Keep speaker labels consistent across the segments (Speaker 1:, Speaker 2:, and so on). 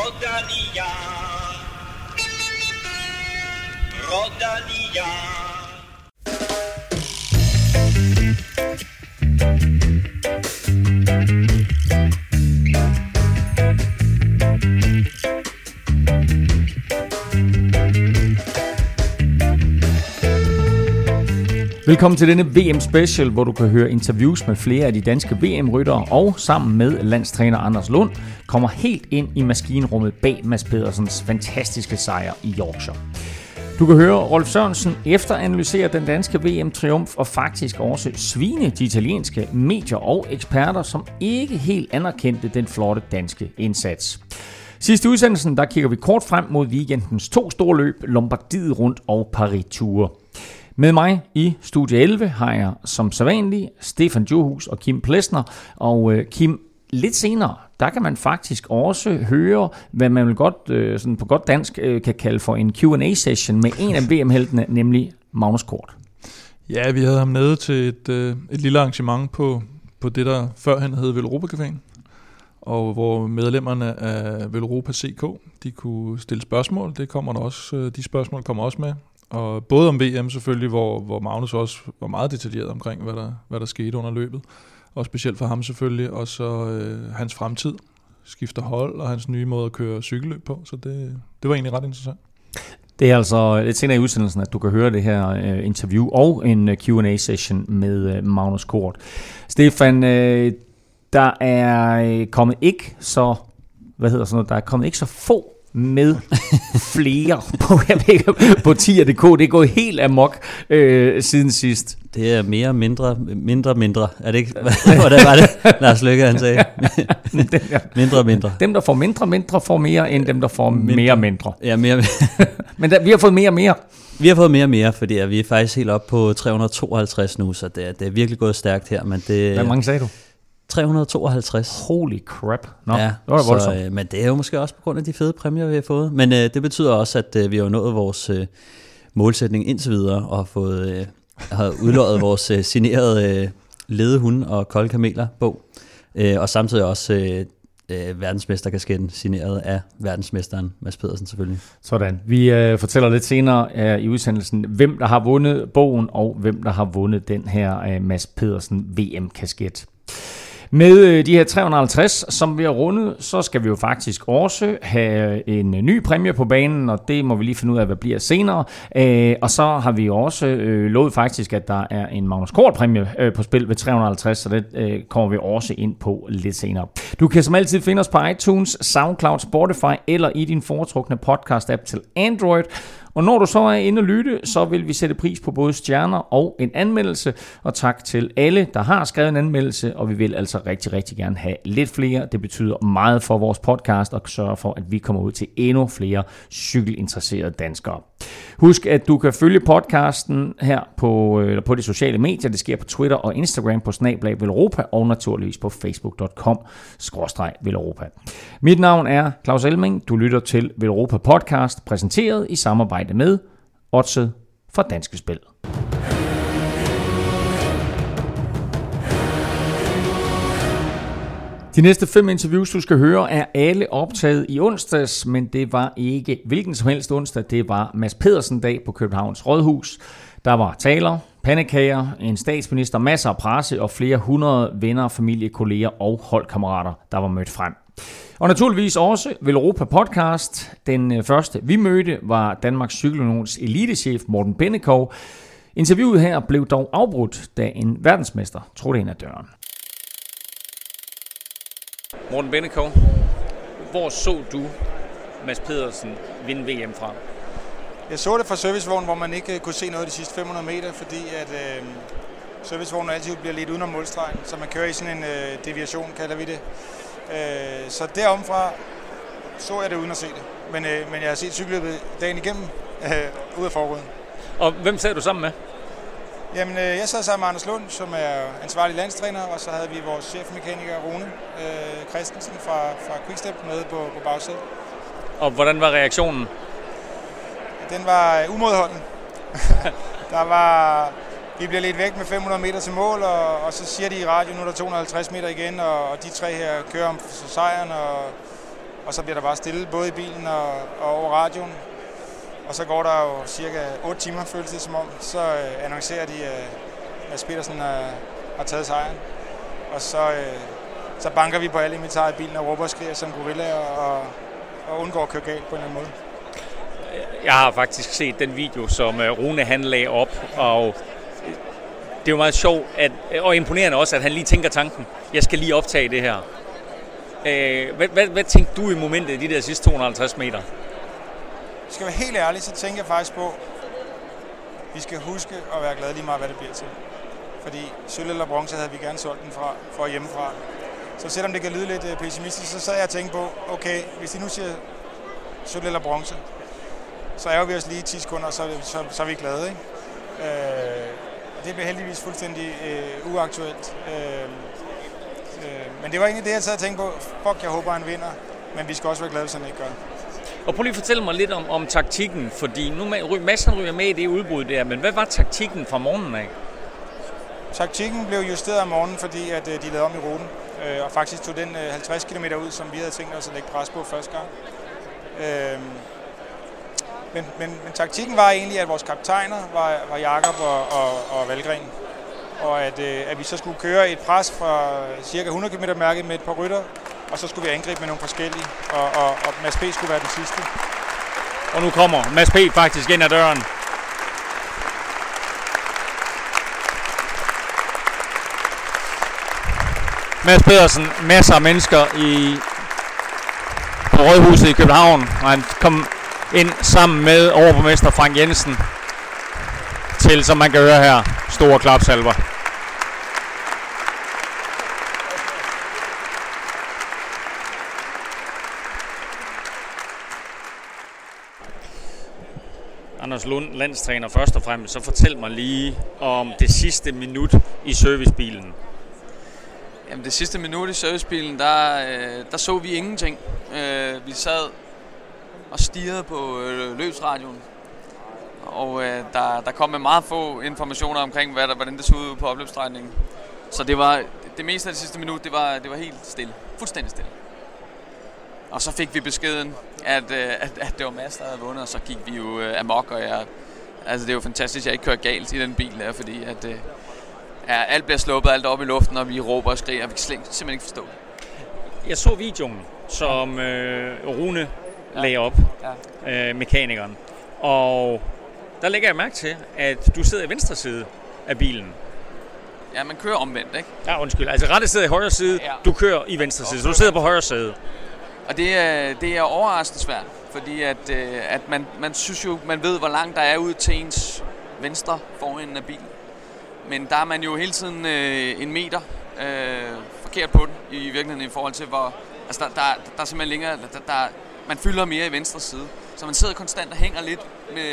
Speaker 1: Rodalia, Rodalia.
Speaker 2: Velkommen til denne VM-special, hvor du kan høre interviews med flere af de danske VM-ryttere, og sammen med landstræner Anders Lund kommer helt ind i maskinrummet bag Mads Pedersens fantastiske sejr i Yorkshire. Du kan høre Rolf Sørensen efteranalysere den danske VM-triumf og faktisk også svine de italienske medier og eksperter, som ikke helt anerkendte den flotte danske indsats. Sidste udsendelsen, der kigger vi kort frem mod weekendens 2 store løb, Lombardiet rundt og Paris-Tour. Med mig i Studie 11 har jeg som sædvanlig Stefan Johus og Kim Plesner. Og Kim, lidt senere, der kan man faktisk også høre, hvad man vil godt, sådan på godt dansk kan kalde for en Q&A-session med en af VM-heltene, nemlig Magnus Kort.
Speaker 3: Ja, vi havde ham nede til et lille arrangement på det, der førhen hed Velropa Caféen, og hvor medlemmerne af Velropa CK, de kunne stille spørgsmål. Det kommer der også, de spørgsmål kommer også med. Og både om VM selvfølgelig, hvor Magnus også var meget detaljeret omkring, hvad der skete under løbet. Og specielt for ham selvfølgelig, og så hans fremtid, skifter hold og hans nye måde at køre cykelløb på. Så det var egentlig ret interessant.
Speaker 2: Det er altså lidt senere i udsendelsen, at du kan høre det her interview og en Q&A-session med Magnus Kort. Stefan, der er kommet ikke så, der er kommet ikke så få med flere på tier.dk. Det er gået helt amok siden sidst.
Speaker 4: Det er mere, mindre. Er det ikke? Hvordan var det, Lars Løkke han sagde? mindre.
Speaker 2: Dem, der får mindre, får mere, end dem, der får mindre.
Speaker 4: Ja, mere.
Speaker 2: Men vi har fået mere.
Speaker 4: Vi har fået mere, fordi vi er faktisk helt oppe på 352 nu, så det er virkelig gået stærkt her. Men det,
Speaker 2: hvad mange sagde du?
Speaker 4: 352.
Speaker 2: Holy crap. Nå,
Speaker 4: ja,
Speaker 2: det var det voldsomt.
Speaker 4: Men det er jo måske også på grund af de fede præmier, vi har fået. Men det betyder også, at vi har nået vores målsætning indtil videre, og har udløjet vores signerede ledehunde og kolde kameler bog. Og samtidig også verdensmesterkasketten signeret af verdensmesteren Mads Pedersen selvfølgelig.
Speaker 2: Sådan. Vi fortæller lidt senere i udsendelsen, hvem der har vundet bogen, og hvem der har vundet den her Mads Pedersen VM-kasket. Med de her 350, som vi har rundet, så skal vi jo faktisk også have en ny præmie på banen, og det må vi lige finde ud af, hvad bliver senere. Og så har vi også lovet faktisk, at der er en Magnus Kort-præmie på spil ved 350, så det kommer vi også ind på lidt senere. Du kan som altid finde os på iTunes, SoundCloud, Spotify eller i din foretrukne podcast-app til Android. Og når du så er inde og lytte, så vil vi sætte pris på både stjerner og en anmeldelse. Og tak til alle, der har skrevet en anmeldelse, og vi vil altså rigtig, rigtig gerne have lidt flere. Det betyder meget for vores podcast og sørge for, at vi kommer ud til endnu flere cykelinteresserede danskere. Husk, at du kan følge podcasten her på de sociale medier. Det sker på Twitter og Instagram på @Velropa og naturligvis på facebook.com/Velropa. Mit navn er Claus Elming. Du lytter til Velropa Podcast, præsenteret i samarbejde med Odset fra Danske Spil. De næste 5 interviews, du skal høre, er alle optaget i onsdags, men det var ikke hvilken som helst onsdag. Det var Mads Pedersen-dag på Københavns Rådhus. Der var taler, pandekager, en statsminister, masser af presse og flere 100 venner, familie, kolleger og holdkammerater, der var mødt frem. Og naturligvis også Velropa Podcast. Den første, vi mødte, var Danmarks Cykelunions elitechef Morten Bennekov. Interviewet her blev dog afbrudt, da en verdensmester trådte ind ad døren. Morten Bennekov, hvor så du Mads Pedersen vinde VM fra?
Speaker 5: Jeg så det fra servicevognen, hvor man ikke kunne se noget de sidste 500 meter, fordi at servicevognen altid bliver lidt udenom målstregen, så man kører i sådan en deviation, kalder vi det. Så deromfra så jeg det uden at se det, men jeg har set cykelløbet dagen igennem ud af forruden.
Speaker 2: Og hvem sad du sammen med?
Speaker 5: Jamen, jeg sad sammen med Anders Lund, som er ansvarlig landstræner, og så havde vi vores chefmekaniker Rune Christensen fra Quickstep med på bagsædet.
Speaker 2: Og hvordan var reaktionen?
Speaker 5: Den var umådeholden. Vi bliver lidt væk med 500 meter til mål, og så siger de i radio, nu er der 250 meter igen, og de tre her kører om sejren, og så bliver der bare stille både i bilen og over radioen. Og så går der jo cirka 8 timer, føles det som om, så annoncerer de, at Mads Pedersen har taget sejren. Og så banker vi på alle inventarer i bilen og råber og skriger som gorillaer og undgår at køre galt på en eller anden måde.
Speaker 2: Jeg har faktisk set den video, som Rune han lagde op, og det er jo meget sjovt og imponerende også, at han lige tænker tanken, jeg skal lige optage det her. Hvad tænkte du i momentet i de der sidste 250 meter?
Speaker 5: Jeg skal være helt ærlig, så tænker jeg faktisk på, vi skal huske at være glade lige meget, hvad det bliver til. Fordi sølv eller bronze havde vi gerne solgt den fra hjemmefra. Så selvom det kan lyde lidt pessimistisk, så sad jeg og tænkte på, okay, hvis de nu siger sølv eller bronze, så ærger vi os lige 10 sekunder, så er vi glade, ikke? Det bliver heldigvis fuldstændig uaktuelt. Men det var egentlig det, jeg sad og tænkte på. Fuck, jeg håber, han vinder. Men vi skal også være glade, hvis han ikke gør.
Speaker 2: Og prøv lige at fortælle mig lidt om taktikken, fordi nu Madsen ryger med i det udbrud der, men hvad var taktikken fra morgenen af? Taktikken blev justeret om morgenen, fordi at de lavede om i ruten, og faktisk tog den 50 km ud, som vi havde tænkt os at lægge pres på første gang. Men taktikken var egentlig, at vores kaptajner var Jakob og Valgren, og at vi så skulle køre et pres fra cirka 100 km mærket med et par rytter, og så skulle vi angribe med nogle forskellige, og Mads P. skulle være den sidste. Og nu kommer Mads P. faktisk ind ad døren. Mads Pedersen, masser af mennesker på Rådhuset i København, og han kom ind sammen med overborgmester Frank Jensen til, som man kan høre her, store klapsalver. Anders Lund, landstræner først og fremmest, så fortæl mig lige om det sidste minut i servicebilen.
Speaker 1: Jamen det sidste minut i servicebilen, der så vi ingenting. Vi sad og stirrede på løbsradioen, og der kom med meget få informationer omkring, hvordan det så ud på opløbsstrækningen. Så det var det meste af det sidste minut, det var helt stille, fuldstændig stille. Og så fik vi beskeden, at det var Mads, der havde vundet, og så gik vi jo amok, og det er jo fantastisk, at jeg ikke kører galt i den bil der, fordi at alt bliver sluppet, alt op i luften, og vi råber og skriger, og vi kan simpelthen ikke forstå det.
Speaker 2: Jeg så videoen, som Rune lagde op, mekanikeren, og der lægger jeg mærke til, at du sidder i venstre side af bilen.
Speaker 1: Ja, man kører omvendt, ikke?
Speaker 2: Ja, undskyld. Altså rette sidder i højre side, du kører i venstre side, så du sidder på højre side.
Speaker 1: Og det er overraskende svært, fordi at man synes jo, man ved, hvor langt der er ud til ens venstre forenden af bilen. Men der er man jo hele tiden en meter forkert på den, i virkeligheden i forhold til, hvor... Altså der er simpelthen længere... Man fylder mere i venstre side, så man sidder konstant og hænger lidt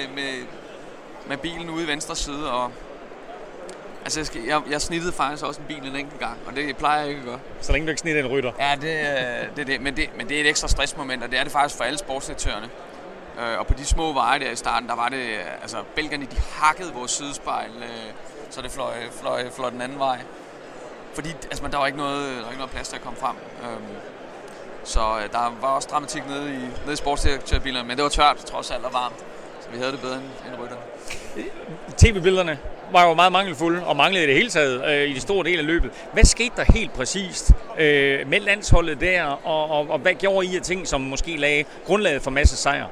Speaker 1: med bilen ude i venstre side, og... Altså, jeg snittede faktisk også en bil en enkelt gang, og det plejer jeg ikke at gøre.
Speaker 2: Så længe du ikke snitter en rytter?
Speaker 1: Ja, det er det. Men det er et ekstra stressmoment, og det er det faktisk for alle sportsdirektørerne. Og på de små veje der i starten, der var det... Altså, belgerne, de hakkede vores sidespejl, så det fløj den anden vej. Fordi altså, der var ikke noget plads til at komme frem. Så der var også dramatik nede i sportsdirektørbilerne, men det var tørt, trods alt, og varmt. Så vi havde det bedre end rytterne.
Speaker 2: TV-billederne var jo meget mangelfulde, og manglede i det hele taget i de store dele af løbet. Hvad skete der helt præcist med landsholdet der, og hvad gjorde I af ting, som måske lagde grundlaget for Mads' sejr?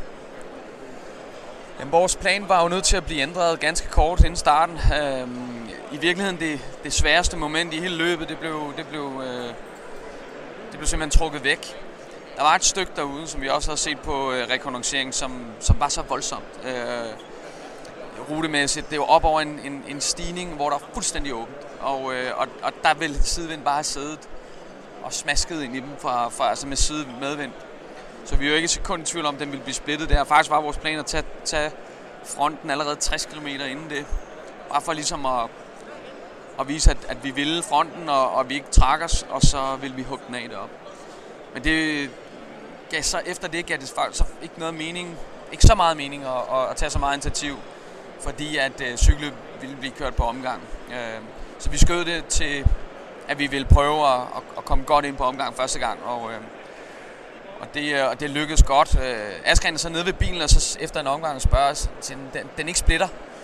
Speaker 1: Jamen, vores plan var jo nødt til at blive ændret ganske kort inden starten. I virkeligheden det sværeste moment i hele løbet, det blev simpelthen trukket væk. Der var et stykke derude, som vi også har set på rekognoscering, som var så voldsomt. Rutemæssigt. Det var op over en stigning, hvor der er fuldstændig åbent. Og der vil sidevind bare have siddet og smasket ind i dem altså med medvind. Så vi er jo ikke et sekund i tvivl om, at den ville blive splittet der. Faktisk var vores plan at tage fronten allerede 60 km inden det. Bare for ligesom at vise, at vi ville fronten, og vi ikke trak os, og så ville vi hugge den af derop. Men det gav så efter det gav det så ikke noget mening, ikke så meget mening at tage så meget initiativ, fordi at cyklen ville blive kørt på omgang. Så vi skød det til, at vi ville prøve at komme godt ind på omgang første gang, Og det lykkedes godt. Askren er så nede ved bilen, og så efter en omgang spørger til den ikke splitter.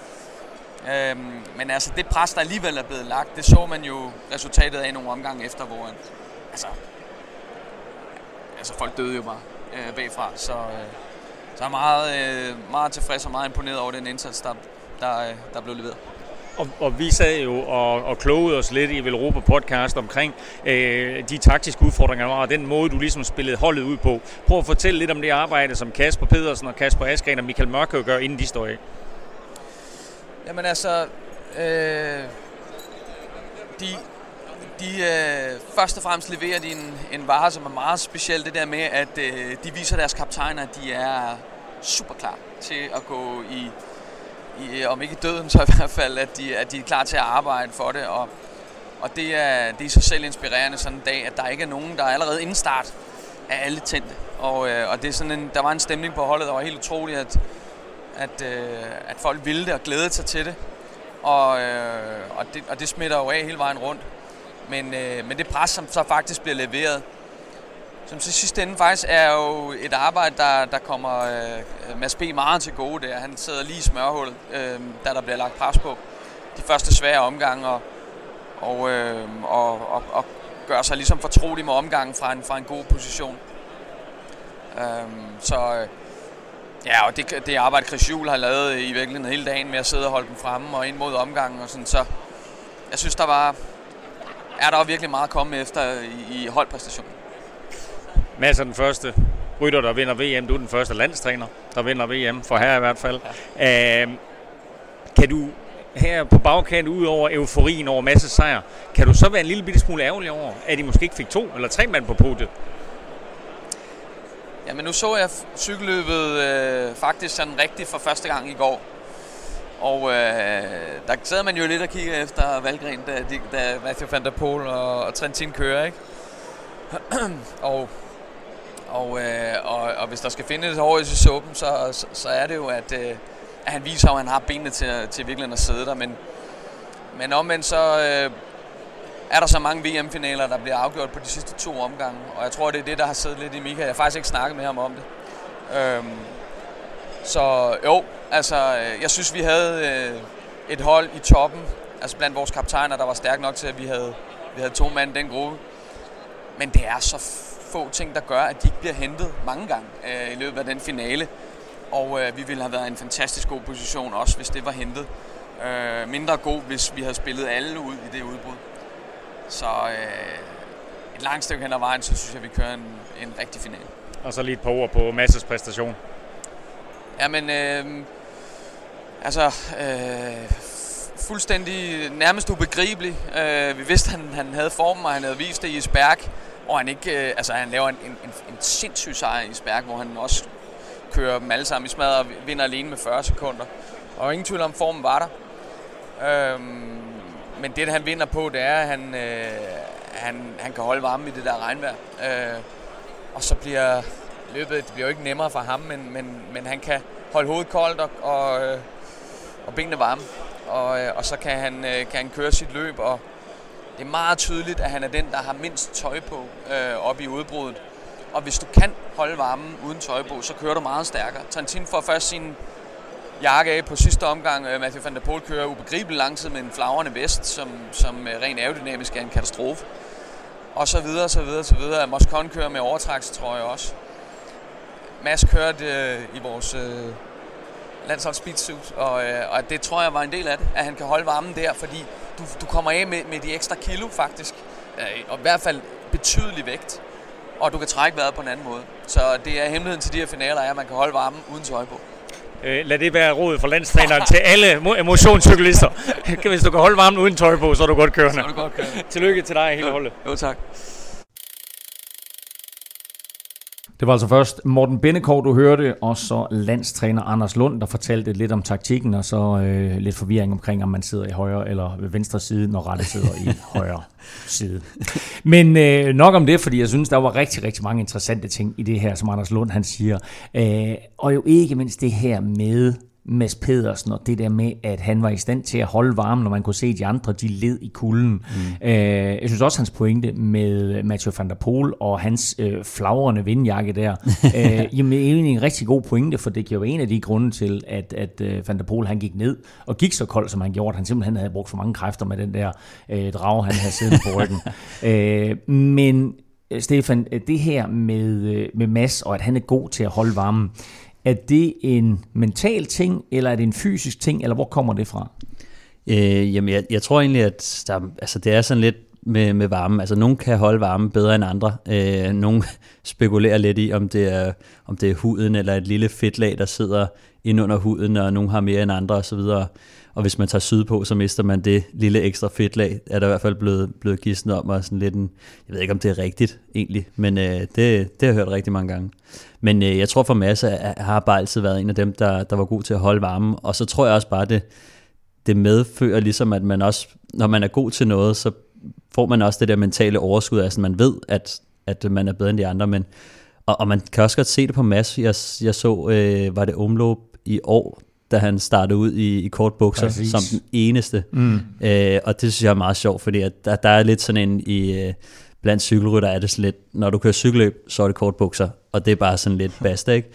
Speaker 1: Men altså det pres, der alligevel er blevet lagt, det så man jo resultatet af nogle omgange efter, hvor altså folk døde jo bare bagfra. Så er meget tilfreds og meget imponeret over den indsats, der blev leveret.
Speaker 2: Og vi sad jo og klogede os lidt i Velropa podcast omkring de taktiske udfordringer, der var, og den måde, du ligesom spillede holdet ud på. Prøv at fortælle lidt om det arbejde, som Kasper Pedersen og Kasper Askren og Michael Mørkøv gør, inden de står af.
Speaker 1: Jamen altså, de først og fremmest leverer de en vare, som er meget speciel. Det der med, at de viser deres kaptajner, at de er super klar til at gå i om ikke døden, så i hvert fald, at de er klar til at arbejde for det. Og det er i sig selv inspirerende sådan en dag, at der ikke er nogen, der er allerede inden start af alle tændte. Og det er sådan der var en stemning på holdet, der var helt utrolig, at folk ville det og glædede sig til det. Og det smitter jo af hele vejen rundt. Men det pres, som så faktisk bliver leveret, som til sidste ende faktisk er jo et arbejde, der kommer Mads B. meget til gode der. Han sidder lige i smørhullet, da der bliver lagt pres på de første svære omgange, og gør sig ligesom fortrolig med omgangen fra en god position. Ja, og det arbejde, Chris Juhl har lavet i virkeligheden hele dagen med at sidde og holde dem fremme og ind mod omgangen og sådan, så jeg synes, der var virkelig meget at komme efter i holdpræstationen.
Speaker 2: Mads er den første rytter, der vinder VM. Du er den første landstræner, der vinder VM, for her i hvert fald. Ja. Kan du her på bagkant, ud over euforien over Mads' sejr, kan du så være en lille bitte smule ærgerlig over, at I måske ikke fik 2 eller 3 mand på podiet?
Speaker 1: Ja, men nu så jeg cykelløbet faktisk sådan rigtigt for første gang i går. Og der sad man jo lidt og kiggede efter Valgren, da Mathieu van der Poel og Trentin kører, ikke? Og hvis der skal findes et hår i suppen, så er det jo, at han viser, at han har benene til virkelig at sidde der. Men omvendt så er der så mange VM-finaler, der bliver afgjort på de sidste 2 omgange. Og jeg tror, det er det, der har siddet lidt i Mika. Jeg har faktisk ikke snakket med ham om det. Så jo, altså jeg synes, vi havde et hold i toppen, altså blandt vores kaptajner, der var stærk nok til, at vi havde 2 mand i den gruppe. Men det er så få ting, der gør, at de ikke bliver hentet mange gange i løbet af den finale. Og vi ville have været i en fantastisk god position også, hvis det var hentet. Mindre god, hvis vi havde spillet alle ud i det udbrud. Så et langt stykke hen ad vejen, så synes jeg, vi kører en rigtig finale. Og så lige et par ord på Mads' præstation. Jamen, fuldstændig nærmest ubegribelig. Vi vidste, at han havde formen, og han havde vist det i Esbjerg. Og han ikke, han laver en sindssyg sejr i Esbjerg, hvor han også kører dem alle sammen i smadret og vinder alene med 40 sekunder. Og ingen tvivl om, formen var der. Men det, han vinder på, det er, at han kan holde varme i det der regnvejr. Og så bliver løbet, det bliver jo ikke nemmere for ham, men han kan holde hovedet koldt og benene varme. Og så kan han køre sit løb, og det er meget tydeligt, at han er den, der har mindst tøj på oppe i udbruddet. Og hvis du kan holde varmen uden tøj på, så kører du meget stærkere. Trentin får først sin jakke af på sidste omgang. Mathieu van der Poel kører ubegribeligt lang tid med en flagrende vest, som rent aerodynamisk er en katastrofe. Og så videre, så videre, så videre. Moscon kører med overtrækstrøje også. Mads kørte i vores landshold speedsuit, og det tror jeg var en del af det, at han kan holde varmen der, fordi du kommer af med de ekstra kilo faktisk, og i hvert fald betydelig vægt, og du kan trække vejret på en anden måde. Så det er hemmeligheden til de her finaler, at man kan holde varmen uden tøj på.
Speaker 2: Lad det være rådet for landstræneren til alle motionscyklister. Hvis du kan holde varmen uden tøj på, så er du godt kørende. Tillykke til dig hele holdet.
Speaker 1: Jo, tak.
Speaker 2: Det var altså først Morten Bennekov, du hørte, og så landstræner Anders Lund, der fortalte lidt om taktikken, og så lidt forvirring omkring, om man sidder i højre eller venstre side, når Rette sidder i højre side. Men nok om det, fordi jeg synes, der var rigtig, rigtig mange interessante ting i det her, som Anders Lund han siger. Og jo ikke mindst det her med, Mads Pedersen, og det der med, at han var i stand til at holde varmen, når man kunne se de andre, de led i kulden. Jeg synes også, hans pointe med Mathieu van der Poel og hans flagrende vindjakke der, jamen det er egentlig en rigtig god pointe, for det giver jo en af de grunde til, at van der Poel han gik ned, og gik så koldt, som han gjorde. Han simpelthen havde brugt for mange kræfter med den der drage, han havde siddet på ryggen. Men Stefan, det her med Mads, og at han er god til at holde varmen, er det en mental ting, eller er det en fysisk ting, eller hvor kommer det fra?
Speaker 4: Jamen, jeg tror egentlig, at det er sådan lidt med varme. Altså, nogen kan holde varme bedre end andre. Nogen spekulerer lidt i, om det er huden, eller et lille fedtlag, der sidder ind under huden, og nogen har mere end andre osv. Og hvis man tager sydpå, så mister man det lille ekstra fedtlag, er der i hvert fald blevet gidsnet om, og sådan lidt jeg ved ikke, om det er rigtigt egentlig, men det har jeg hørt rigtig mange gange. Men jeg tror for Mads, har bare altid været en af dem, der var god til at holde varmen, og så tror jeg også bare, det medfører ligesom, at man også, når man er god til noget, så får man også det der mentale overskud, altså man ved, at man er bedre end de andre, men og man kan også godt se det på Mads. Jeg så, var det omløb i år, da han startede ud i kortbukser som den eneste. Og det synes jeg er meget sjovt, fordi at der er lidt sådan en blandt cykelrytter er det sådan lidt, når du kører cykelløb, så er det kortbukser, og det er bare sådan lidt basta, ikke?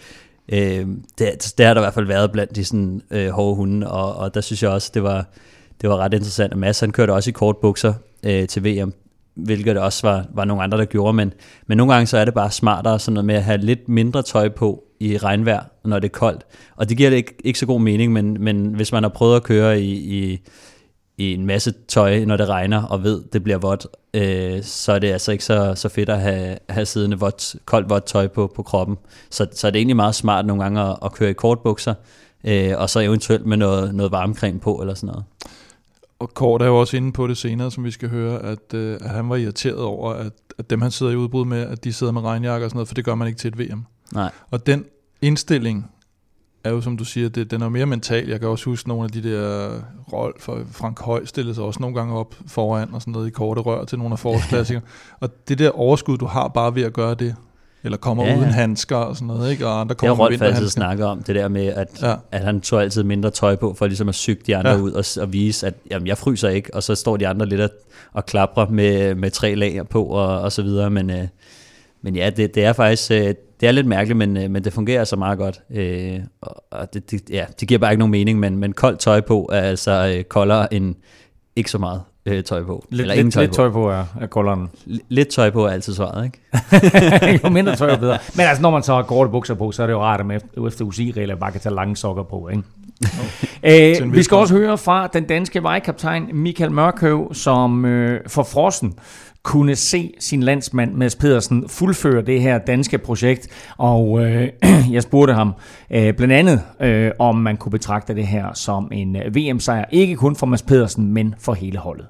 Speaker 4: Det har der i hvert fald været blandt de sådan hårde hunde, og der synes jeg også, det var ret interessant. Mads, han kørte også i kortbukser til VM, hvilket det også var nogle andre, der gjorde, men nogle gange så er det bare smartere sådan noget med at have lidt mindre tøj på i regnvejr, når det er koldt. Og det giver det ikke så god mening, men hvis man har prøvet at køre i en masse tøj, når det regner, og ved, det bliver vådt, så er det altså ikke så fedt at have siddende koldt vådt tøj på kroppen. Så er det egentlig meget smart nogle gange at køre i kortbukser, og så eventuelt med noget varmecreme på, eller sådan noget.
Speaker 3: Og Kort er jo også inde på det senere, som vi skal høre, at han var irriteret over, at dem han sidder i udbrud med, at de sidder med regnjakker og sådan noget, for det gør man ikke til et VM.
Speaker 4: Nej.
Speaker 3: Og den indstilling er jo, som du siger, den er mere mental. Jeg kan også huske nogle af de der Rolf og Frank Høj stillede sig også nogle gange op foran og sådan noget i korte rør til nogle af forårsklassikere. Og det der overskud, du har bare ved at gøre det, eller kommer uden handsker og sådan noget, ikke? Og andre kommer med vinterhandsker. Det har Rolf altid
Speaker 4: snakket om, det der med, at han tog altid mindre tøj på, for ligesom at syge de andre ud og vise, at jamen, jeg fryser ikke, og så står de andre lidt og klapper med 3 lag på og så videre, men ja, det er faktisk, det er lidt mærkeligt, men det fungerer så meget godt, og det giver bare ikke nogen mening, men koldt tøj på er altså koldere end ikke så meget tøj på.
Speaker 2: Lidt tøj på er kolderen.
Speaker 4: Lidt tøj på er altid svaret, ikke?
Speaker 2: Jo mindre tøj er bedre. Men altså, når man så har korte bukser på, så er det jo rart, at man efter UCI-regler bare kan tage lange sokker på, ikke? Vi skal også høre fra den danske vejkaptajn Michael Mørkøv, som for frossen kunne se sin landsmand Mads Pedersen fuldføre det her danske projekt, og jeg spurgte ham blandt andet, om man kunne betragte det her som en VM-sejr, ikke kun for Mads Pedersen, men for hele holdet.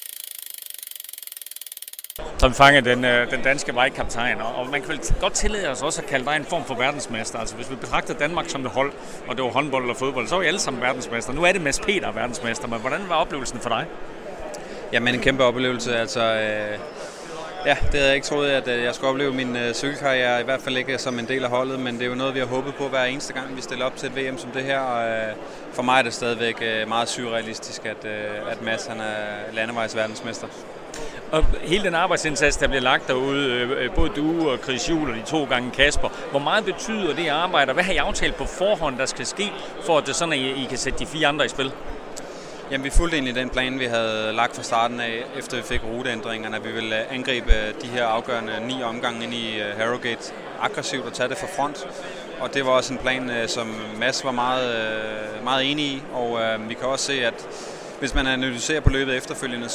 Speaker 6: Som fanger den danske vejkaptajn, og man kan vel godt tillade os også at kalde dig en form for verdensmester. Altså hvis vi betragter Danmark som det hold, og det var håndbold eller fodbold, så var vi alle sammen verdensmester. Nu er det Mads Peter verdensmester, men hvordan var oplevelsen for dig?
Speaker 7: Jamen en kæmpe oplevelse, altså det havde jeg ikke troet, at jeg skulle opleve min cykelkarriere, i hvert fald ikke som en del af holdet, men det er jo noget, vi har håbet på hver eneste gang, vi stiller op til et VM som det her, og for mig er det stadigvæk meget surrealistisk, at Mads han er landevejs verdensmester.
Speaker 6: Og hele den arbejdsindsats, der bliver lagt derude, både du og Chris Juhl og de 2 gange Kasper, hvor meget betyder det arbejde, og hvad har I aftalt på forhånd, der skal ske, for at det sådan, at I kan sætte de 4 andre i spil?
Speaker 7: Jamen, vi fulgte egentlig den plan, vi havde lagt fra starten af, efter vi fik ruteændringerne, at vi ville angribe de her afgørende 9 omgange ind i Harrogate aggressivt og tage det fra front. Og det var også en plan, som Mads var meget enig i, og vi kan også se, at hvis man analyserer på løbet efterfølgende,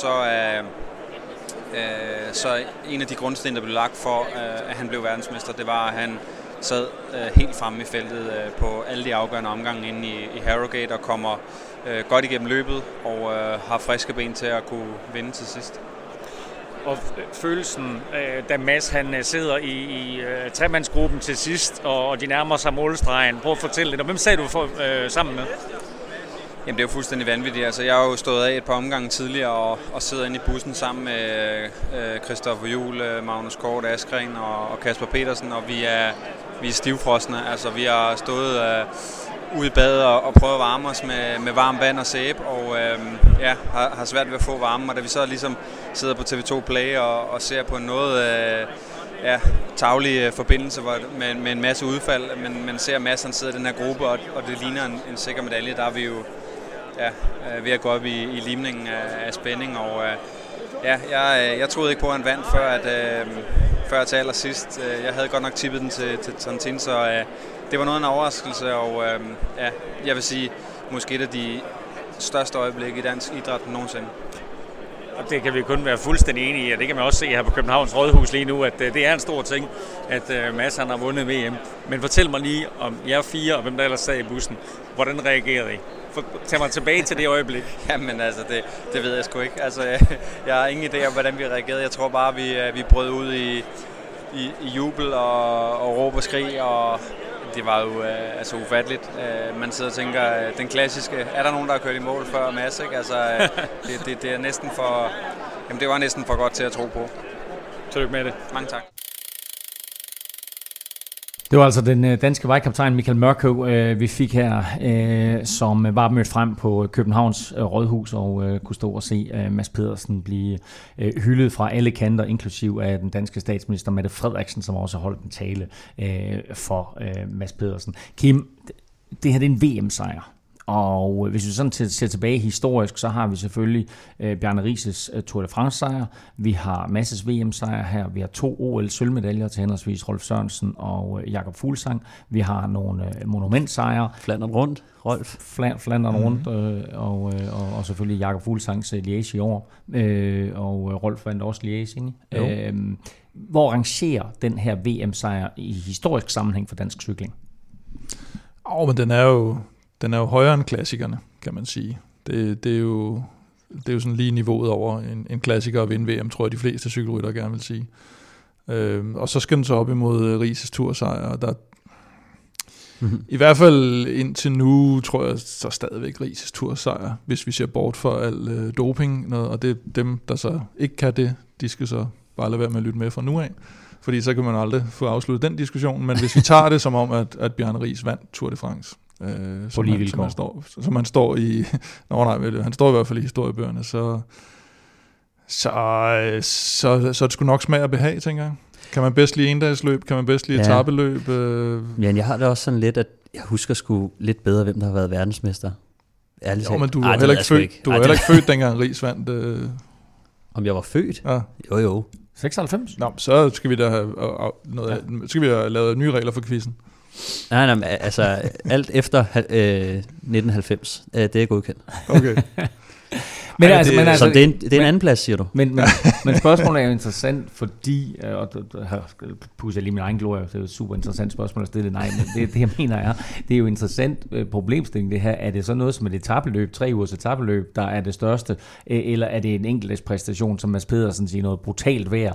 Speaker 7: så en af de grundsten, der blev lagt for, at han blev verdensmester, det var, at han sad helt fremme i feltet på alle de afgørende omgange inde i Harrogate og kommer godt igennem løbet og har friske ben til at kunne vinde til sidst.
Speaker 6: Og følelsen, da Mads han sidder i tremandsgruppen til sidst, og de nærmer sig målstregen. Prøv at fortælle lidt. Og hvem sad du sammen med?
Speaker 7: Jamen det er jo fuldstændig vanvittigt. Altså, jeg har jo stået af et par omgange tidligere og sidder inde i bussen sammen med Christopher Juhl, Magnus Kort, Askren og Kasper Petersen, og vi er stivfrosne. Altså vi har stået ud i badet og prøve at varme os med varmt vand og sæbe, og har svært ved at få varme. Og da vi så ligesom sidder på TV2 Play og ser på noget taglig forbindelse med en masse udfald, men man ser masserne sidde i den her gruppe, og det ligner en sikker medalje. Der er vi jo ved at gå op i limningen af spænding, og jeg troede ikke på, at han vandt før til allersidst. Jeg havde godt nok tippet den til Trentin, så det var noget af en overraskelse, og jeg vil sige, måske et af de største øjeblikke i dansk idræt nogensinde.
Speaker 6: Og det kan vi kun være fuldstændig enige i, og det kan man også se her på Københavns Rådhus lige nu, at det er en stor ting, at Mads har vundet VM. Men fortæl mig lige om jer 4 og hvem der ellers sad i bussen. Hvordan reagerede I? Tag mig tilbage til det øjeblik.
Speaker 7: Jamen altså, det ved jeg sgu ikke. Altså, jeg har ingen idé om, hvordan vi reagerede. Jeg tror bare, vi brød ud i jubel og råb og skrig, og det var jo ufatteligt. Man sidder og tænker, den klassiske, er der nogen, der har kørt i mål før Mads, ikke? Altså, det er næsten for, jamen det var næsten for godt til at tro på.
Speaker 6: Tillykke med det.
Speaker 7: Mange tak.
Speaker 2: Det var altså den danske vejkaptajn Michael Mørkøv, vi fik her, som var mødt frem på Københavns Rådhus og kunne stå og se Mads Pedersen blive hyldet fra alle kanter, inklusiv af den danske statsminister Mette Frederiksen, som også holdt en tale for Mads Pedersen. Kim, det her det er en VM-sejr. Og hvis vi sådan ser tilbage historisk, så har vi selvfølgelig Bjarne Riises Tour de France-sejr. Vi har Masses VM-sejr her. Vi har 2 OL-sølvmedaljer til henholdsvis Rolf Sørensen og Jakob Fuglsang. Vi har nogle monumentsejre.
Speaker 4: Flandern rundt, Rolf.
Speaker 2: Flandern rundt, og selvfølgelig Jakob Fuglsangs Liège i år. Og Rolf vandt også Liège, ikke? Hvor rangerer den her VM-sejr i historisk sammenhæng for dansk cykling?
Speaker 3: Men den er jo højere end klassikerne, kan man sige. Det er jo sådan lige niveauet over en klassiker at vinde VM, tror jeg de fleste cykelryttere gerne vil sige. Og så skal den så op imod Riises tursejr, og der i hvert fald indtil nu, tror jeg så stadigvæk Riises tursejr, hvis vi ser bort for al doping, og det er dem, der så ikke kan det, de skal så bare lade være med at lytte med fra nu af. Fordi så kan man som få afsluttet den diskussion, men hvis vi tager det som om, at Bjarne Riis vandt Tour de France, som han står i, han står i hvert fald i historiebøgerne, så er det sgu nok smag og behag, tænker jeg. Kan man bedst lide endagsløb? Kan man bedst lide etapeløb?
Speaker 4: Men jeg har det også sådan lidt, at jeg husker sgu lidt bedre, hvem der har været verdensmester. Ærligt
Speaker 3: jo, men du var heller ikke født, dengang Riis vandt.
Speaker 4: Om jeg var født?
Speaker 3: Ja.
Speaker 4: Jo.
Speaker 2: 96?
Speaker 3: Nå, så skal vi da have lavet nye regler for quizzen.
Speaker 4: Nej, altså alt efter 1990, det er godkendt.
Speaker 3: Okay.
Speaker 4: Så det er en anden plads, siger du?
Speaker 2: Men spørgsmålet er jo interessant, fordi, og her pusser jeg lige min egen glorie, det er jo et super interessant spørgsmål at stille. Nej, men det jeg mener er, det er jo interessant problemstilling det her. Er det så noget som et etapeløb, 3 ugers etapeløb, der er det største, eller er det en enkeltdagspræstation, som Mads Pedersen siger, noget brutalt værd,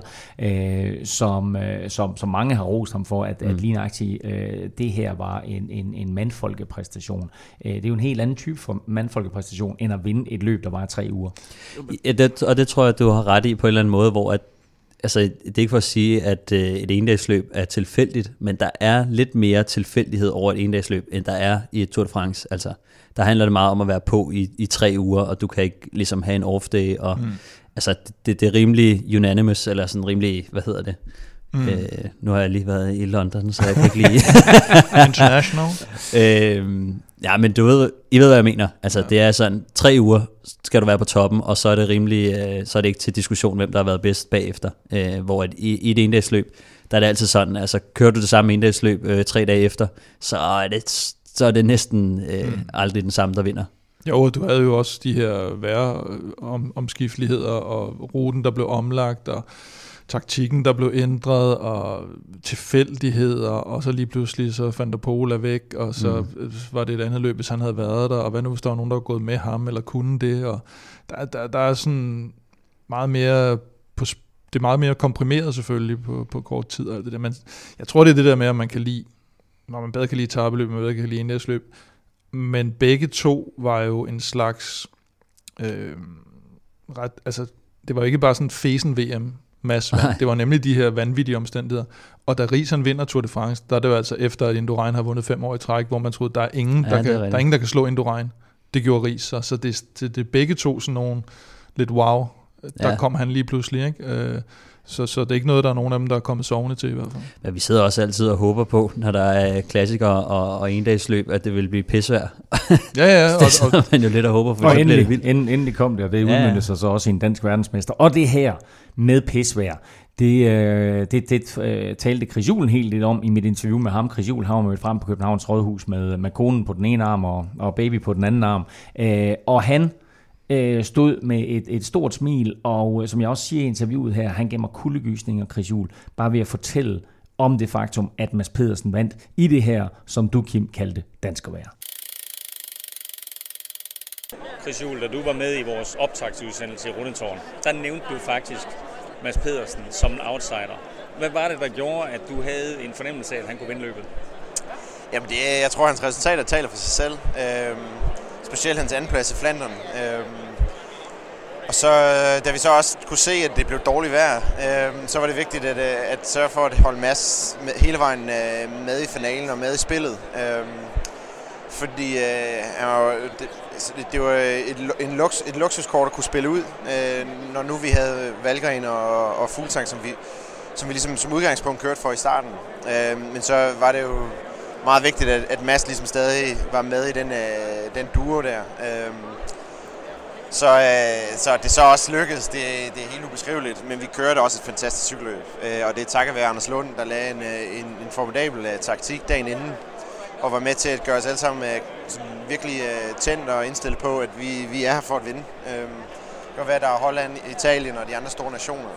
Speaker 2: som mange har rost ham for, at lige nøjagtigt det her var en mandfolkepræstation. Det er jo en helt anden type for mandfolkepræstation, end at vinde et løb, der var 3 uger.
Speaker 4: Ja, det tror jeg, du har ret i på en eller anden måde, hvor det er ikke for at sige, at et endagsløb er tilfældigt, men der er lidt mere tilfældighed over et endagsløb, end der er i et Tour de France. Altså, der handler det meget om at være på i 3 uger, og du kan ikke ligesom have en off-day, og altså, det er rimelig unanimous, eller sådan rimelig, hvad hedder det? Nu har jeg lige været i London, så jeg kan ikke lige
Speaker 3: International.
Speaker 4: Ja, men I ved, hvad jeg mener. Altså, det er sådan, 3 uger skal du være på toppen, og så er det rimelig, så er det ikke til diskussion, hvem der har været bedst bagefter. Hvor i et endagsløb, der er det altid sådan, altså kører du det samme endagsløb 3 dage efter, så er det næsten aldrig den samme, der vinder.
Speaker 3: Jo, du havde jo også de her værre omskifteligheder, og ruten, der blev omlagt, og taktikken, der blev ændret, og tilfældigheder, og så lige pludselig så Van der Poel er væk, og så var det et andet løb, hvis han havde været der, og hvad nu, hvis der var nogen, der var gået med ham, eller kunne det, og der er sådan meget mere, det er meget mere komprimeret selvfølgelig på kort tid, og alt det der. Men jeg tror, det er det der med, at man kan lide, når man bedre kan lide etapeløb, man bedre kan lide endagsløb, men begge to var jo en slags altså, det var ikke bare sådan fesen VM, Mads vandt. Det var nemlig de her vanvittige omstændigheder. Og da Riis han vinder Tour de France, der er det jo altså efter, at Indurain har vundet 5 år i træk, hvor man troede, der er ingen, der er ingen, der kan slå Indurain. Det gjorde Riis, så det er begge to sådan nogle lidt wow. Der kom han lige pludselig, ikke? Så det er ikke noget, der er nogen af dem, der er kommet sovende til i hvert fald.
Speaker 4: Ja, vi sidder også altid og håber på, når der er klassikere og endagsløb, at det vil blive pisvejr.
Speaker 3: Ja.
Speaker 4: Det sidder man jo lidt og håber på.
Speaker 2: Og endelig kom det, og det udmyndte sig så også i en dansk verdensmester. Og det her med pisvejr, det talte Chris Juhl helt lidt om i mit interview med ham. Chris Juhl har mødt frem på Københavns Rådhus med konen på den ene arm og baby på den anden arm. Og han stod med et stort smil, og som jeg også siger i interviewet her, han gav mig kuldegysninger, Chris Juhl, bare ved at fortælle om det faktum, at Mads Pedersen vandt i det her, som du, Kim, kaldte danskervejr.
Speaker 6: Chris Juhl, da du var med i vores optagsudsendelse i Rundetårn, der nævnte du faktisk Mads Pedersen som en outsider. Hvad var det, der gjorde, at du havde en fornemmelse af, at han kunne vinde løbet?
Speaker 8: Jamen, jeg tror, hans resultater taler for sig selv. Specielt hans andenplads i Flandern. Og så, da vi så også kunne se, at det blev dårligt vejr, så var det vigtigt at sørge for at holde Mads hele vejen med i finalen og med i spillet. Fordi det var et luksuskort at kunne spille ud, når nu vi havde Valgren og Fuglsang, som vi ligesom som udgangspunkt kørte for i starten. Men så var det jo meget vigtigt, at Mads ligesom stadig var med i den duo der. Så det så også lykkedes, det er helt ubeskriveligt, men vi kørte også et fantastisk cykelløb. Og det er takket være Anders Lund, der lagde en formidabel taktik dagen inden, og var med til at gøre os alle sammen virkelig tændt og indstillet på, at vi er her for at vinde. Det kan være, der er Holland, Italien og de andre store nationer.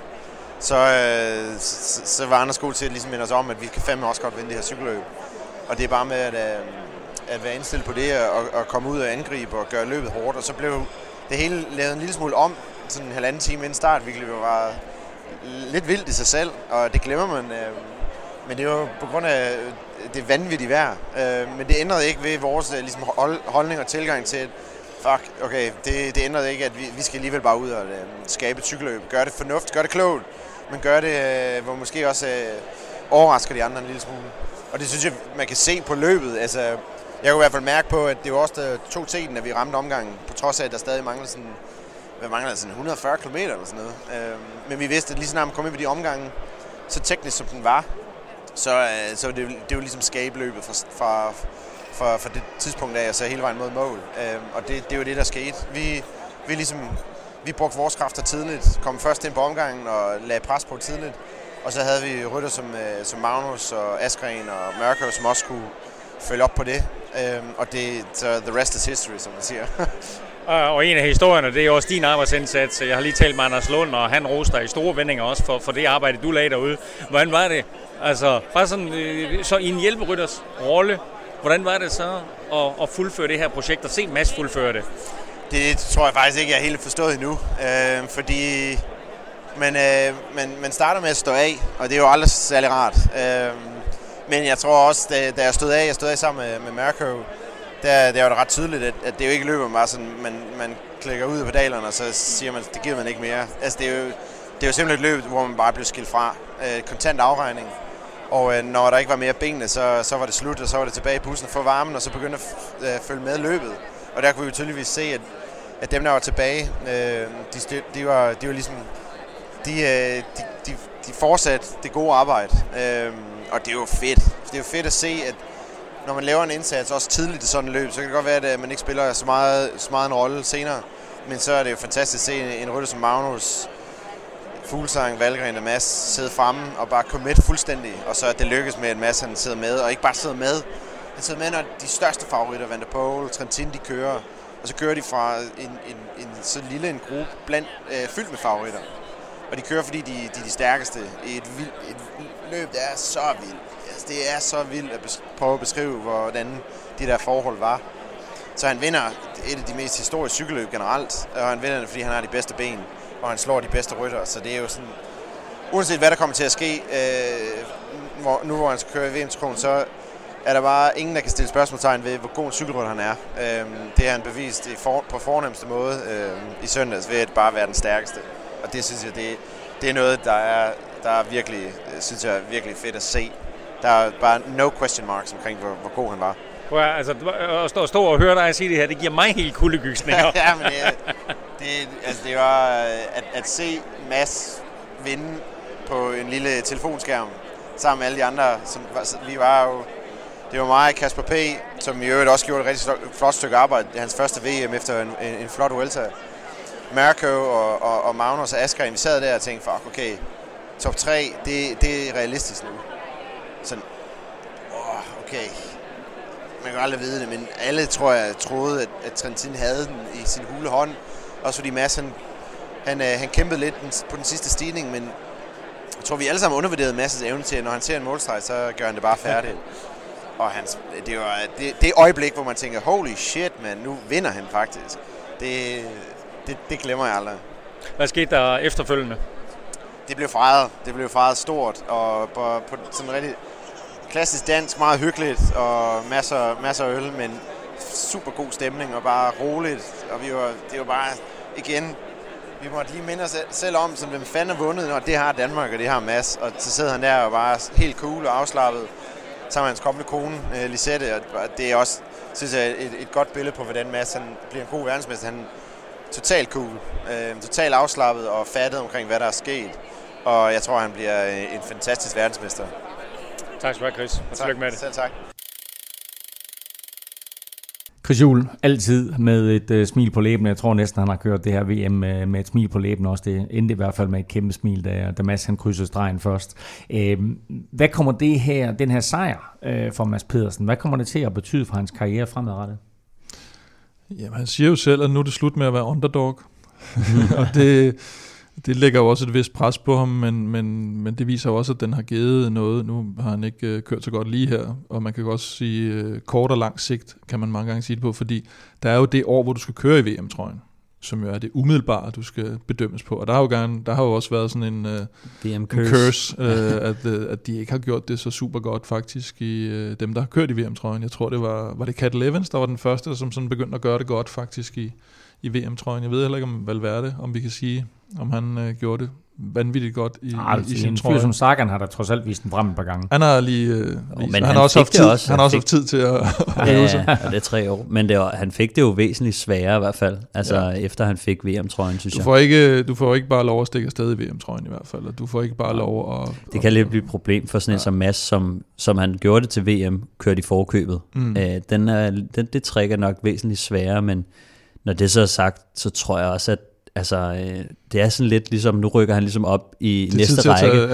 Speaker 8: Så var Anders god til at ligesom minde os om, at vi kan fandme også godt vinde det her cykelløb. Og det er bare med at være indstillet på det og komme ud og angribe og gøre løbet hårdt. Og så blev det hele lavet en lille smule om, sådan en halvanden time inden start, virkelig var lidt vildt i sig selv, og det glemmer man. Men det er jo på grund af det vanvittige vejr. Men det ændrede ikke ved vores ligesom, holdning og tilgang til, det ændrede ikke, at vi skal alligevel bare ud og skabe et cykelløb. Gør det fornuftigt, gør det klogt, men gør det, hvor måske også overrasker de andre en lille smule. Og det synes jeg, man kan se på løbet. Altså, jeg kunne i hvert fald mærke på, at det var også der tog teten, da vi ramte omgangen, på trods af, at der stadig manglede sådan 140 km eller sådan noget. Men vi vidste, at lige snart man kom ind på de omgange, så teknisk som den var, så det var ligesom skabløbet fra det tidspunkt af, og så hele vejen mod mål. Og det var det, der skete. Vi brugte vores kræfter tidligt, kom først ind på omgangen og lagde pres på tidligt. Og så havde vi rytter som Magnus og Askren og Mørkøv, som også kunne følge op på det. Og så the rest is history, som man siger.
Speaker 6: Og en af historierne, det er også din arbejdsindsats. Jeg har lige talt med Anders Lund, og han roste dig i store vendinger også for det arbejde, du lagde derude. Hvordan var det? Altså, bare sådan, så i en hjælperytters rolle, hvordan var det så at fuldføre det her projekt, og se Mads fuldføre det?
Speaker 8: Det tror jeg faktisk ikke, jeg er helt forstået endnu. Fordi man starter med at stå af, og det er jo aldrig særlig rart. Men jeg tror også, da jeg stod af sammen med Mørkøv, der var det ret tydeligt, at det jo ikke løber bare sådan, man klikker ud på pedalerne, og så siger man, det giver man ikke mere. Altså, det er jo simpelthen et løb, hvor man bare bliver skilt fra. Kontant afregning. Og når der ikke var mere benene, så var det slut, og så var det tilbage i bussen og få varmen, og så begyndte at følge med løbet. Og der kunne vi jo tydeligvis se, at dem, der var tilbage, de var ligesom, de fortsatte det gode arbejde. Og det er jo fedt. Det er jo fedt at se, at når man laver en indsats, også tidligt i sådan et løb, så kan det godt være, at man ikke spiller så meget en rolle senere. Men så er det jo fantastisk at se en rytter som Magnus, Fuglsang, Valgren og Mads sidde fremme og bare commit fuldstændig. Og så at det lykkes med, at Mads han sidder med, og ikke bare sidder med. Han sidder med, når de største favoritter, Van der Poel, Trentin, de kører. Og så kører de fra en så lille en gruppe fyldt med favoritter. Og de kører, fordi de er de stærkeste i et løb, der er så vildt. Altså, det er så vildt at prøve at beskrive, hvordan de der forhold var. Så han vinder et af de mest historiske cykelløb generelt, og han vinder det, fordi han har de bedste ben, og han slår de bedste ryttere. Så det er jo sådan, uanset hvad der kommer til at ske, hvor han skal køre i VM-kronen, så er der bare ingen, der kan stille spørgsmålstegn ved, hvor god en cykelrytter han er. Det har han bevist på fornemmeste måde i søndags ved at bare være den stærkeste. Og det synes jeg, det er noget, der er virkelig, synes jeg, virkelig fedt at se. Der er bare no question marks omkring, hvor god han var.
Speaker 6: Altså, at stå og høre dig sige det her, det giver mig helt kuldegysninger.
Speaker 8: Ja, men det var at se Mads vinde på en lille telefonskærm sammen med alle de andre. Det var mig, Kasper P., som i øvrigt også gjorde et rigtig flot stykke arbejde. Hans første VM efter en flot Vuelta. Marco og Magnus og Askren, vi sad der og tænkte, fuck, okay, top 3, det er realistisk nu. Sådan, okay, man kan aldrig vide det, men alle, tror jeg, troede, at Trentin havde den i sin hule hånd. Også fordi Mads, han kæmpede lidt på den sidste stigning, men jeg tror, vi alle sammen undervurderede Mads' evne til, at når han ser en målstreg, så gør han det bare færdigt. Og det var det øjeblik, hvor man tænker, holy shit, man, nu vinder han faktisk. Det glemmer jeg aldrig.
Speaker 6: Hvad skete der efterfølgende?
Speaker 8: Det blev fejret stort, og på sådan rigtig klassisk dansk, meget hyggeligt, og masser af øl, men super god stemning, og bare roligt. Og det var bare, igen, vi måtte lige minde os selv om, som hvem fanden har vundet, og det har Danmark, og det har Mads. Og så sidder han der og bare helt cool og afslappet, sammen med hans kommende kone, Lisette, og det er også, synes jeg, et godt billede på, hvordan Mads han bliver en god verdensmester. Han er totalt cool, totalt afslappet og fattet omkring, hvad der er sket. Og jeg tror, han bliver en fantastisk verdensmester.
Speaker 6: Tak skal du have, Chris. Og tillykke med det.
Speaker 8: Selv tak.
Speaker 2: Chris Juhl, altid med et smil på læben. Jeg tror næsten, han har kørt det her VM med et smil på læben også. Det endte i hvert fald med et kæmpe smil, da Mads han krydsede stregen først. Hvad kommer den her sejr for Mads Pedersen, hvad kommer det til at betyde for hans karriere fremadrettet?
Speaker 3: Jamen, han siger jo selv, at nu er det slut med at være underdog. Og det lægger jo også et vist pres på ham, men det viser jo også, at den har givet noget. Nu har han ikke kørt så godt lige her, og man kan også sige kort og lang sigt, kan man mange gange sige det på, fordi der er jo det år, hvor du skal køre i VM-trøjen, som jo er det umiddelbare, du skal bedømmes på. Og der har jo også været sådan en curse, at de ikke har gjort det så super godt faktisk i dem, der har kørt i VM-trøjen. Jeg tror, det var det Cat Evans, der var den første, som sådan begyndte at gøre det godt faktisk i VM-trøjen. Jeg ved heller ikke om Valverde, om vi kan sige, om han gjorde det vanvittigt godt i sin trøje.
Speaker 2: En fyr som Sagan har der trods alt vist den frem et par gange.
Speaker 3: Han har lige han har også haft tid til at øve sig.
Speaker 4: Ja, det er 3 år. Men han fik det jo væsentligt sværere i hvert fald, efter han fik VM-trøjen, synes jeg.
Speaker 3: Du får ikke bare lov at stikke afsted i VM-trøjen i hvert fald, og du får ikke bare lov at...
Speaker 4: Det kan lidt blive et problem for sådan en som Mads, som han gjorde det til VM, kørte i forkøbet. Det træk er nok væsentligt sværere, men når det så er sagt, så tror jeg også, at det er sådan lidt ligesom, nu rykker han ligesom op i næste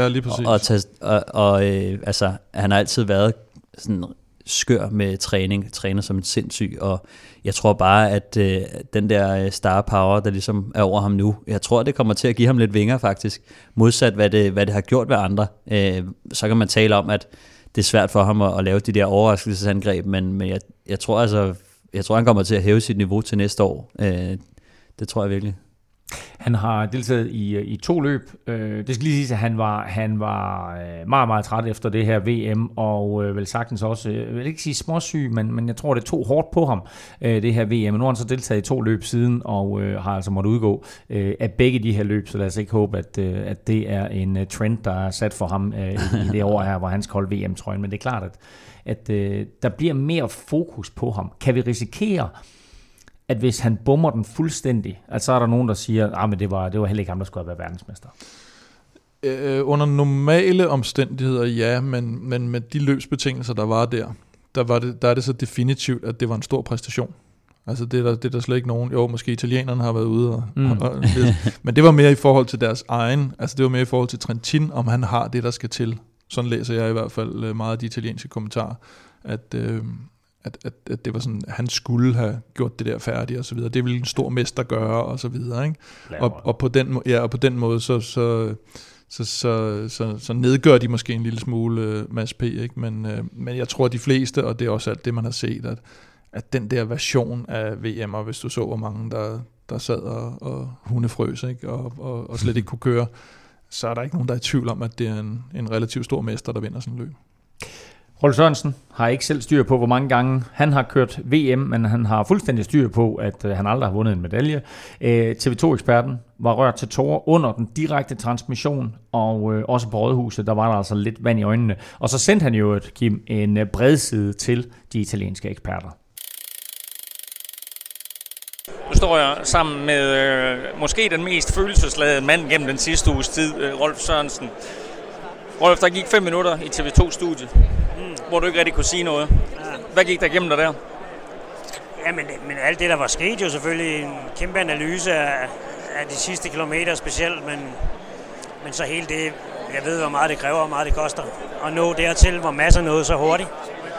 Speaker 4: række, han har altid været sådan skør med træner som en sindssyg, og jeg tror bare, at den der star power, der ligesom er over ham nu, jeg tror, det kommer til at give ham lidt vinger faktisk, modsat hvad det har gjort ved andre. Så kan man tale om, at det er svært for ham at lave de der overraskelsesangreb, men jeg tror, han kommer til at hæve sit niveau til næste år. Det tror jeg virkelig.
Speaker 2: Han har deltaget i 2 løb. Det skal lige siges, at han var meget, meget træt efter det her VM, og vel sagtens også, jeg vil ikke sige småsyg, men jeg tror, det tog hårdt på ham, det her VM. Men nu har han så deltaget i 2 løb siden, og har altså måttet udgå af begge de her løb, så lad os ikke håbe, at det er en trend, der er sat for ham i det år her, hvor han skal holde VM-trøjen. Men det er klart, at der bliver mere fokus på ham. Kan vi risikere, at hvis han bommer den fuldstændig, at så er der nogen, der siger, men det var heller ikke ham, der skulle have været verdensmester?
Speaker 3: Under normale omstændigheder, ja, men med de løbsbetingelser, der var der er det så definitivt, at det var en stor præstation. Altså det er der slet ikke nogen, jo måske italienerne har været ude, men det var mere i forhold til deres egen, altså det var mere i forhold til Trentin, om han har det, der skal til. Sådan læser jeg i hvert fald meget af de italienske kommentarer, at det var sådan, han skulle have gjort det der færdigt og så videre. Det ville en stor mester gøre og så videre, ikke? Og på den måde så nedgør de måske en lille smule Mads P, ikke? Men jeg tror de fleste, og det er også alt det man har set, at den der version af VM, og hvis du så hvor mange der sad og hundefrøs, ikke? Og slet ikke kunne køre, så er der ikke nogen der er i tvivl om, at det er en relativt stor mester, der vinder sådan en løb.
Speaker 2: Rolf Sørensen har ikke selv styr på, hvor mange gange han har kørt VM, men han har fuldstændig styr på, at han aldrig har vundet en medalje. TV2-eksperten var rørt til tårer under den direkte transmission, og også på Rådhuset, der var der altså lidt vand i øjnene. Og så sendte han jo Kim en bredside til de italienske eksperter.
Speaker 6: Nu står jeg sammen med måske den mest følelsesladede mand gennem den sidste uges tid, Rolf Sørensen. Rolf, der gik 5 minutter i TV2-studiet, hvor du ikke rigtig kunne sige noget. Hvad gik der igennem dig der?
Speaker 9: Ja, men alt det, der var sket, jo selvfølgelig en kæmpe analyse af de sidste kilometer specielt, men så hele det, jeg ved, hvor meget det kræver, hvor meget det koster at nå dertil, hvor masser nåede så hurtigt.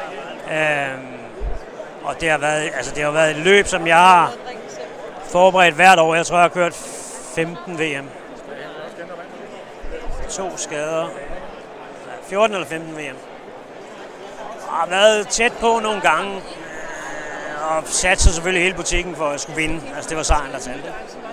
Speaker 9: Og det har været et løb, som jeg har forberedt hvert år. Jeg tror, jeg har kørt 15 VM. 2 skader. 14 eller 15 VM. Jeg har været tæt på nogle gange, og sat sig selvfølgelig hele butikken for at skulle vinde. Altså, det var sejren, der talte.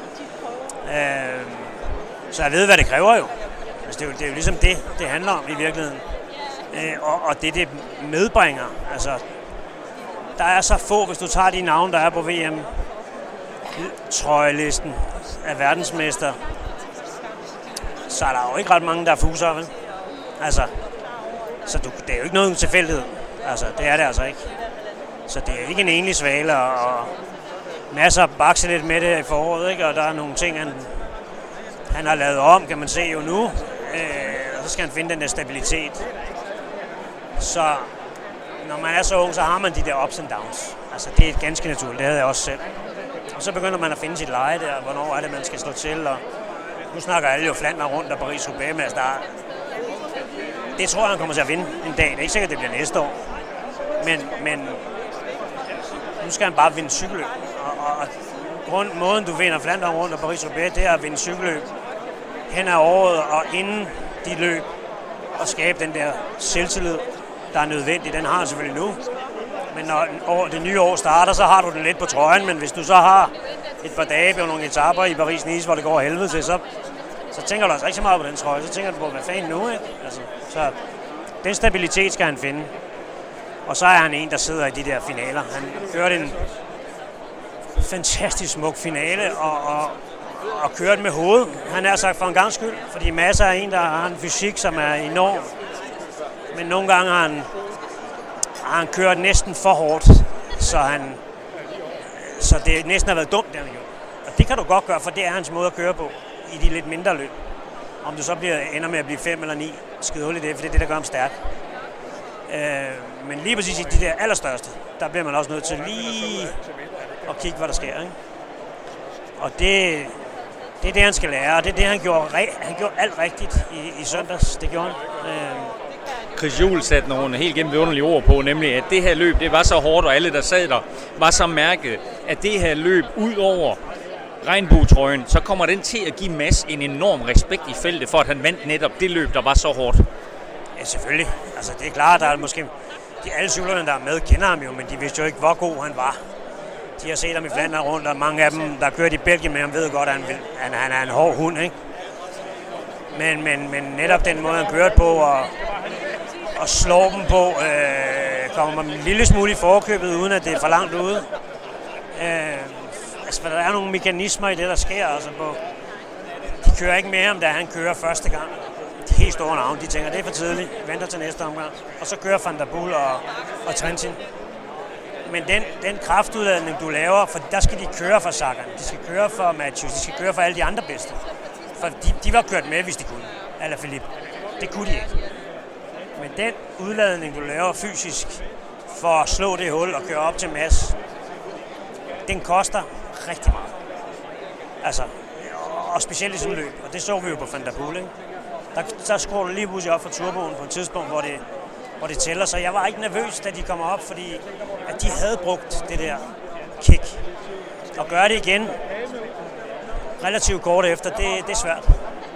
Speaker 9: Så jeg ved, hvad det kræver jo. Altså, det er jo ligesom det handler om i virkeligheden. Og det medbringer. Altså, der er så få, hvis du tager de navne, der er på VM-trøjelisten af verdensmester, så er der jo ikke ret mange, der er fuser, vel? Altså, så det er jo ikke noget tilfældighed. Altså, det er det altså ikke. Så det er ikke en enlig svale, og masser af bakse lidt med det i foråret, ikke? Og der er nogle ting, han har lavet om, kan man se jo nu. Og så skal han finde den der stabilitet. Så når man er så ung, så har man de der ups and downs. Altså, det er ganske naturligt, det havde jeg også selv. Og så begynder man at finde sit leje der, hvornår er det, man skal slå til, og nu snakker alle jo Flandern rundt og Paris-Roubaix med, altså det tror jeg, han kommer til at vinde en dag. Det er ikke sikkert, det bliver næste år. Men nu skal han bare vinde cykelløb. Og måden, du vinder Flandern rundt og Paris-Roubaix, det er at vinde cykelløb hen ad året og inden de løb og skabe den der selvtillid, der er nødvendig. Den har han selvfølgelig nu. Men når det nye år starter, så har du den lidt på trøjen. Men hvis du så har et par dage på nogle etaper i Paris-Nice, hvor det går helvede til, så tænker du altså ikke så meget på den trøje. Så tænker du på, hvad fanden nu, ikke? Altså, så den stabilitet skal han finde. Og så er han en, der sidder i de der finaler. Han kørte en fantastisk smuk finale og kørte med hovedet. Han er sagt for en gang skyld, fordi masser af en, der har en fysik, som er enorm. Men nogle gange har han kørt næsten for hårdt, så det næsten har været dumt, det han gjorde. Og det kan du godt gøre, for det er hans måde at køre på i de lidt mindre løb. Om det så ender med at blive 5 eller 9, skidehul i det, for det er det, der gør ham stærk. Men lige præcis i de der allerstørste, der bliver man også nødt til lige at kigge, hvad der sker, ikke? Og det er det, han skal lære, og det er det, han gjorde. Han gjorde alt rigtigt i søndags, det gjorde han.
Speaker 6: Chris Juhl satte nogle helt gennem underlige ord på, nemlig at det her løb, det var så hårdt, og alle, der sad der, var så mærket, at det her løb, ud over regnbuetrøjen, så kommer den til at give Mads en enorm respekt i feltet, for at han vandt netop det løb, der var så hårdt.
Speaker 9: Ja, selvfølgelig. Altså, det er klart, der er måske... alle cyklerne, der er med, kender ham jo, men de vidste jo ikke, hvor god han var. De har set ham i Flandern rundt, og mange af dem, der kørt i Belgien med ham, ved godt, at han er en hård hund, ikke? Men netop den måde, han kørte på, og slår dem på, kommer man en lille smule i forkøbet, uden at det er for langt ude. Altså, der er nogle mekanismer i det, der sker. Altså, de kører ikke med ham, da han kører første gang. De helt store navne, de tænker, det er for tidligt, venter til næste omgang. Og så kører Van der Poel og Trentin. Men den kraftudladning, du laver, for der skal de køre for Sagan, de skal køre for Matthews, de skal køre for alle de andre bedste. For de var kørt med, hvis de kunne. Eller Philippe. Det kunne de ikke. Men den udladning, du laver fysisk for at slå det hul og køre op til Mads, den koster rigtig meget. Altså, og specielt i sådan et løb. Og det så vi jo på Van der Poel, ikke? Der skruer du lige pludselig op for turboen på et tidspunkt, hvor det tæller. Så jeg var ikke nervøs, da de kom op, fordi at de havde brugt det der kick. Og gøre det igen relativt kort efter, det er svært.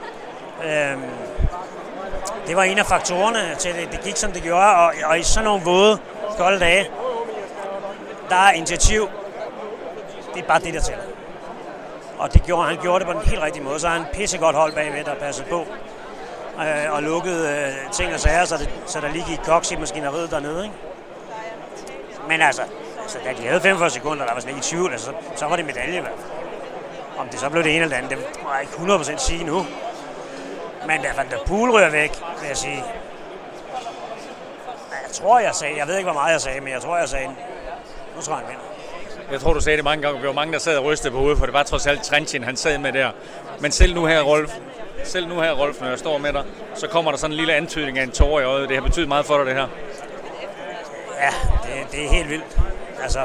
Speaker 9: Det var en af faktorerne til, det gik som det gjorde, og i sådan nogle våde, kolde dage, der er initiativ, det er bare det, der tæller. Og han gjorde det på den helt rigtige måde, så har han pissegodt hold bagved, der passede på. og lukkede ting og sager, så der lige gik koks i maskineriet dernede, ikke? Men altså, da de havde 45 sekunder, der var slet ikke i tvivl, altså, så var det medalje i hvert fald. Om det så blev det ene eller andet, det må jeg ikke 100% sige nu. Men da Van der Poel rører væk, vil jeg sige. Jeg tror, jeg sagde, jeg ved ikke, hvor meget jeg sagde, men jeg tror, jeg sagde, nu tror jeg, han vinder.
Speaker 6: Jeg tror, du sagde det mange gange. Vi var mange, der sad og rystede på hovedet, for det var trods alt Trentin, han sad med der. Men selv nu her, Rolf, når jeg står med dig, så kommer der sådan en lille antydning af en tårer i øjet. Det har betydet meget for dig, det her.
Speaker 9: Ja, det er helt vildt. Altså,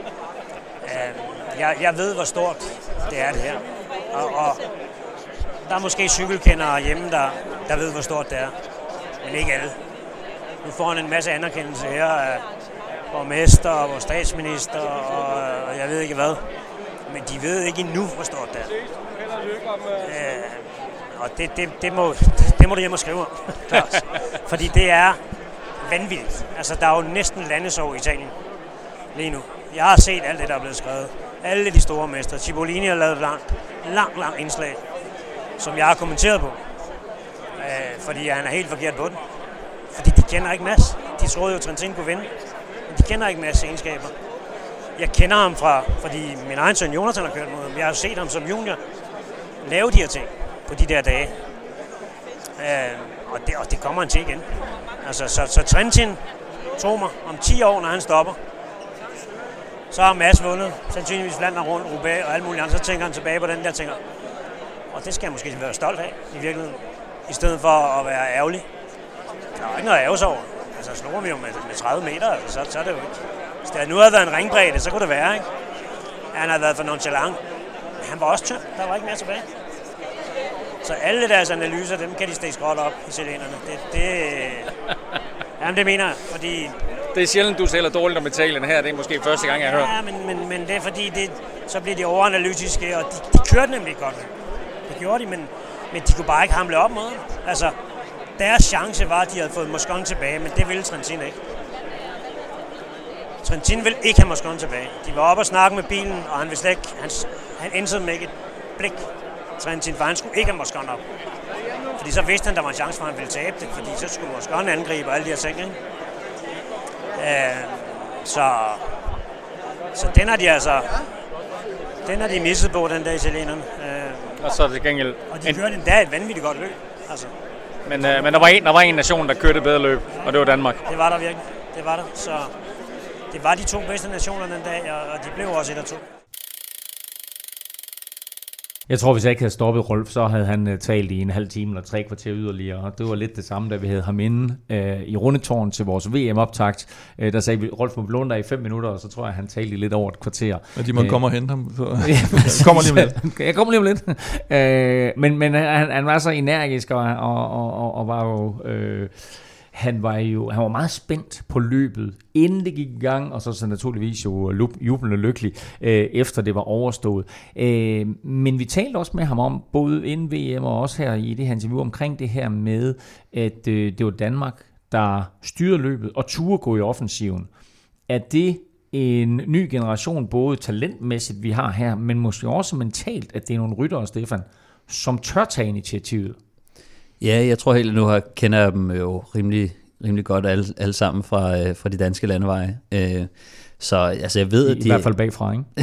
Speaker 9: jeg ved, hvor stort det er, det her. Og der er måske cykelkendere hjemme, der ved, hvor stort det er. Men ikke alle. Nu får han en masse anerkendelse her af borgmester og vores statsminister og jeg ved ikke hvad. Men de ved ikke endnu, hvor stort det er. Og det må du hjem og skrive om. Fordi det er vanvittigt. Altså, der er jo næsten landesorg i Italien lige nu. Jeg har set alt det, der er blevet skrevet. Alle de store mestre. Cipollini har lavet et langt indslag, som jeg har kommenteret på. Fordi han er helt forkert på den. Fordi de kender ikke Mads. De troede jo, at Trentin kunne vinde. Men de kender ikke Mads' egenskaber. Jeg kender ham fordi min egen søn Jonathan har kørt mod ham. Jeg har jo set ham som junior lave de her ting på de der dage. Og det kommer han til igen. Altså, så Trentin, tro mig, om 10 år, når han stopper, så har Mads vundet, sandsynligvis Flandern rundt, Roubaix og alt muligt andet. Så tænker han tilbage på den der ting. Og det skal jeg måske være stolt af, i virkeligheden. I stedet for at være ærgerlig. Der er ikke noget at ærge sig over. Altså, slår vi jo med 30 meter, altså, så er det jo ikke. Hvis det nu havde været en ringbredde, så kunne det være, ikke? Han havde været for nonchalant. Men han var også tynd. Der var ikke mere tilbage. Så alle deres analyser, dem kan de stikke skråt op i italienerne. Jamen, det mener jeg, fordi...
Speaker 6: Det er sjældent, du sælger dårligt om Italien her. Det er måske første gang, jeg hører.
Speaker 9: Ja, men det er fordi, så bliver de overanalytiske, og de kørte nemlig godt. Det gjorde de, men de kunne bare ikke hamle op mod dem. Altså, deres chance var, at de havde fået Moscon tilbage, men det ville Trentin ikke. Trentin ville ikke have Moscon tilbage. De var oppe og snakke med bilen, og han ville slet ikke... Han indsede med ikke et blik, Trentin, for han skulle ikke have Moscon op. Fordi så vidste han, der var en chance for, at han ville tabe det, fordi så skulle Moscon angribe og alle de her ting, ikke? Så den har de altså... Den har de misset på, den der italienerne.
Speaker 6: Og så er det gengæld...
Speaker 9: Og de kørte endda et vanvittigt godt løb. Altså.
Speaker 6: Men der var en nation, der kørte et bedre løb, og det var Danmark.
Speaker 9: Det var der virkelig. Det var der. Så det var de to bedste nationer den dag, og de blev også 1 og 2.
Speaker 2: Jeg tror, hvis jeg ikke havde stoppet Rolf, så havde han talt i en halv time eller 3 kvarter yderligere. Det var lidt det samme, da vi havde ham inde i Rundetårn til vores VM-optakt. Der sagde vi, Rolf må blunde der i 5 minutter, og så tror jeg, han talte i lidt over et kvarter.
Speaker 3: Men de må komme og hente ham. Så.
Speaker 2: Jeg kommer lige om lidt. Jeg kommer lige om lidt. Men han var så energisk, og var jo... Han var meget spændt på løbet, inden det gik i gang, og så naturligvis jo jublende lykkelig, efter det var overstået. Men vi talte også med ham om, både inden VM og også her i det her interview, omkring det her med, at det var Danmark, der styrede løbet og turde gå i offensiven. Er det en ny generation, både talentmæssigt, vi har her, men måske også mentalt, at det er nogle ryttere, Stefan, som tør tage initiativet?
Speaker 4: Ja, jeg tror helt nu kender jeg dem jo rimelig godt alle sammen fra de danske landeveje. Så altså jeg ved, at de...
Speaker 2: I hvert fald bagfra, ikke?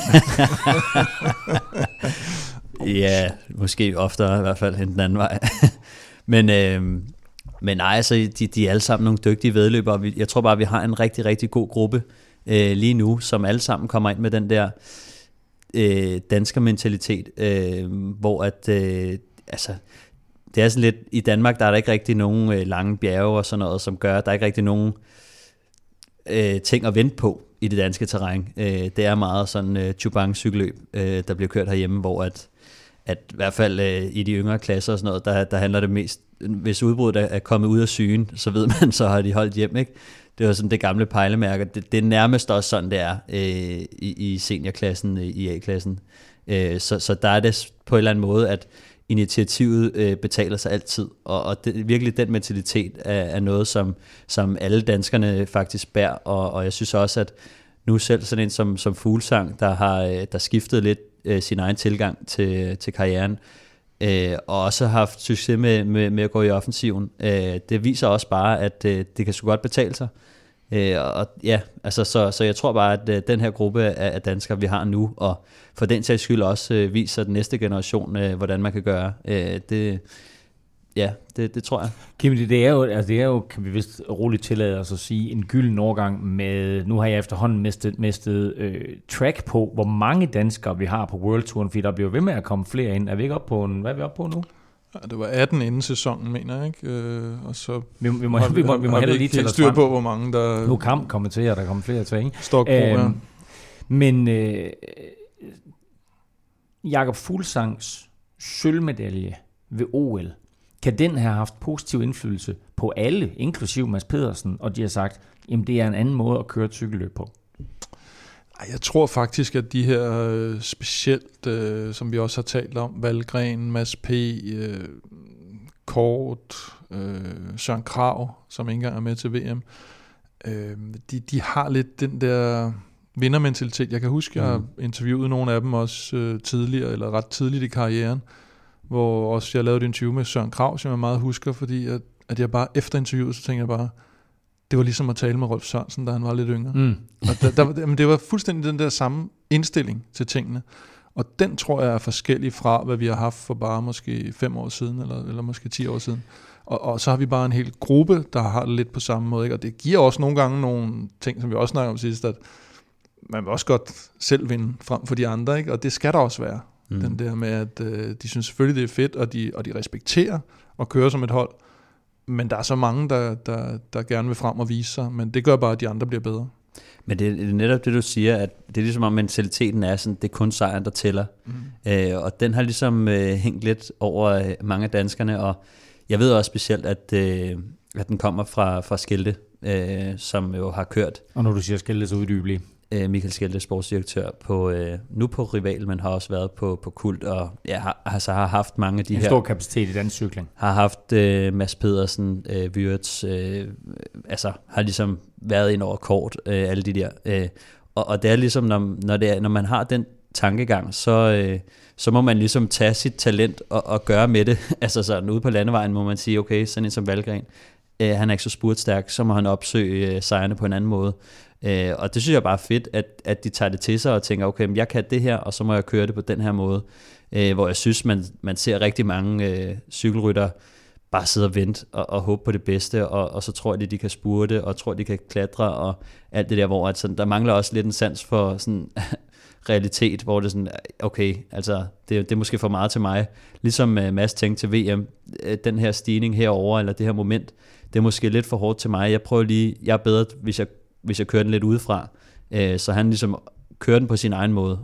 Speaker 4: Ja, måske oftere i hvert fald end den anden vej. Men nej, altså de er alle sammen nogle dygtige væddeløbere. Jeg tror bare, at vi har en rigtig, rigtig god gruppe lige nu, som alle sammen kommer ind med den der dansker mentalitet, hvor at altså... Det er sådan lidt, i Danmark, der er der ikke rigtig nogen lange bjerge og sådan noget, som gør, der er ikke rigtig nogen ting at vente på i det danske terræn. Det er meget sådan Chubang cykelløb, der bliver kørt herhjemme, hvor at i hvert fald i de yngre klasser og sådan noget, der handler det mest, hvis udbruddet er kommet ud af sygen, så ved man, så har de holdt hjem, ikke? Det var sådan det gamle pejlemærke. Det er nærmest også sådan, det er i seniorklassen, i A-klassen. Så der er det på en eller anden måde, at initiativet betaler sig altid, og det, virkelig den mentalitet er noget, som alle danskerne faktisk bærer, og jeg synes også, at nu selv sådan en som Fuglsang, der skiftet lidt sin egen tilgang til karrieren, og også har haft succes med at gå i offensiven. Det viser også bare, at det kan sgu godt betale sig. Og ja, altså, så jeg tror bare, at den her gruppe af danskere, vi har nu, og for den sags skyld også viser den næste generation, hvordan man kan gøre. Det tror jeg.
Speaker 2: Kim, det er jo, kan vi vist roligt tillade os at sige, en gylden overgang med, nu har jeg efterhånden mistet track på, hvor mange danskere vi har på World Touren, fordi der bliver ved med at komme flere ind. Er vi ikke oppe på hvad er vi oppe på nu?
Speaker 3: Ja, det var 18 inden sæsonen, mener jeg, ikke? Og så
Speaker 2: vi må heller lige tælle
Speaker 3: styr på, hvor mange der...
Speaker 2: Nu kamp kommenterer, der kommer flere til, ikke?
Speaker 3: Stokbro,
Speaker 2: Men Jakob Fuglsangs sølvmedalje ved OL, kan den have haft positiv indflydelse på alle, inklusive Mads Pedersen, og de har sagt, jamen det er en anden måde at køre et cykelløb på?
Speaker 3: Jeg tror faktisk, at de her specielt, som vi også har talt om, Valgren, Mads P., Kort, Søren Kragh, som ikke engang er med til VM, de har lidt den der vindermentalitet. Jeg kan huske, jeg har interviewet nogle af dem også tidligere, eller ret tidligt i karrieren, hvor også jeg lavede et interview med Søren Kragh, som jeg meget husker, fordi at jeg bare efter interviewet, så tænkte jeg bare, det var ligesom at tale med Rolf Sørensen, da han var lidt yngre. Og men det var fuldstændig den der samme indstilling til tingene. Og den tror jeg er forskellig fra, hvad vi har haft for bare måske 5 år siden, eller måske 10 år siden. Og så har vi bare en hel gruppe, der har det lidt på samme måde. Ikke? Og det giver også nogle gange nogle ting, som vi også snakker om sidst, at man vil også godt selv vinde frem for de andre. Ikke? Og det skal der også være. Den der med, at de synes selvfølgelig, det er fedt, og de respekterer at køre som et hold. Men der er så mange, der gerne vil frem og vise sig, men det gør bare, at de andre bliver bedre.
Speaker 4: Men det er netop det, du siger, at det er ligesom om mentaliteten er sådan, det er kun sejren, der tæller. Og den har ligesom hængt lidt over mange af danskerne, og jeg ved også specielt, at den kommer fra Skelte, som jo har kørt.
Speaker 2: Og når du siger Skelte, så uddyb lige.
Speaker 4: Michael Skelte, sportsdirektør nu på Rival, men har også været på Kult, og har haft mange af de her...
Speaker 2: En stor kapacitet i dansk cykling.
Speaker 4: Har haft Mads Pedersen, Wirtz, har ligesom været ind over Kort, alle de der. Og det er ligesom, når man har den tankegang, så må man ligesom tage sit talent og gøre med det. Altså sådan ude på landevejen må man sige, okay, sådan en som Valgren, han er ikke så spurtstærk, så må han opsøge sejrene på en anden måde. Og det synes jeg bare er fedt, at de tager det til sig og tænker, okay, men jeg kan det her, og så må jeg køre det på den her måde. Hvor jeg synes, man ser rigtig mange cykelrytter bare sidde og vente og håbe på det bedste, og så tror de kan spurte, og tror de kan klatre, og alt det der, hvor at sådan, der mangler også lidt en sans for sådan realitet, hvor det er sådan, okay, altså det er måske for meget til mig. Ligesom Mads tænkte til VM, den her stigning herover eller det her moment, det er måske lidt for hårdt til mig. Jeg prøver lige, jeg er bedre, hvis jeg kører den lidt udefra. Så han ligesom kører den på sin egen måde.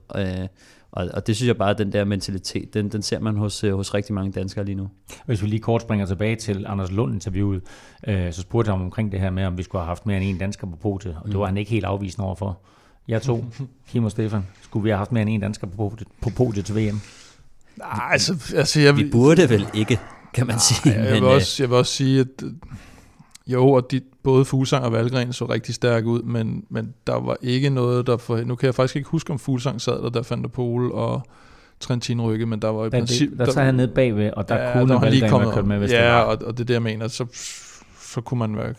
Speaker 4: Og det synes jeg bare, den der mentalitet, den ser man hos rigtig mange danskere lige nu.
Speaker 2: Hvis vi lige kort springer tilbage til Anders Lund-interviewet, så spurgte jeg ham omkring det her med, om vi skulle have haft mere end en dansker på podiet, og det var han ikke helt afvisende overfor. Jeg tog, Kim og Stefan, skulle vi have haft mere end en dansker på podiet til VM?
Speaker 3: Nej, altså
Speaker 4: vi burde vel ikke, kan man sige.
Speaker 3: Jeg vil også sige, at jo, og både Fuglsang og Valgren så rigtig stærke ud, men der var ikke noget, nu kan jeg faktisk ikke huske, om Fuglsang sad der Van der Poel og Trentin Rygge, men der var i princippet...
Speaker 2: Der tager han ned bagved, og der kunne Valgren være kørt med, hvis det var.
Speaker 3: Og det er det, jeg mener, så kunne man være...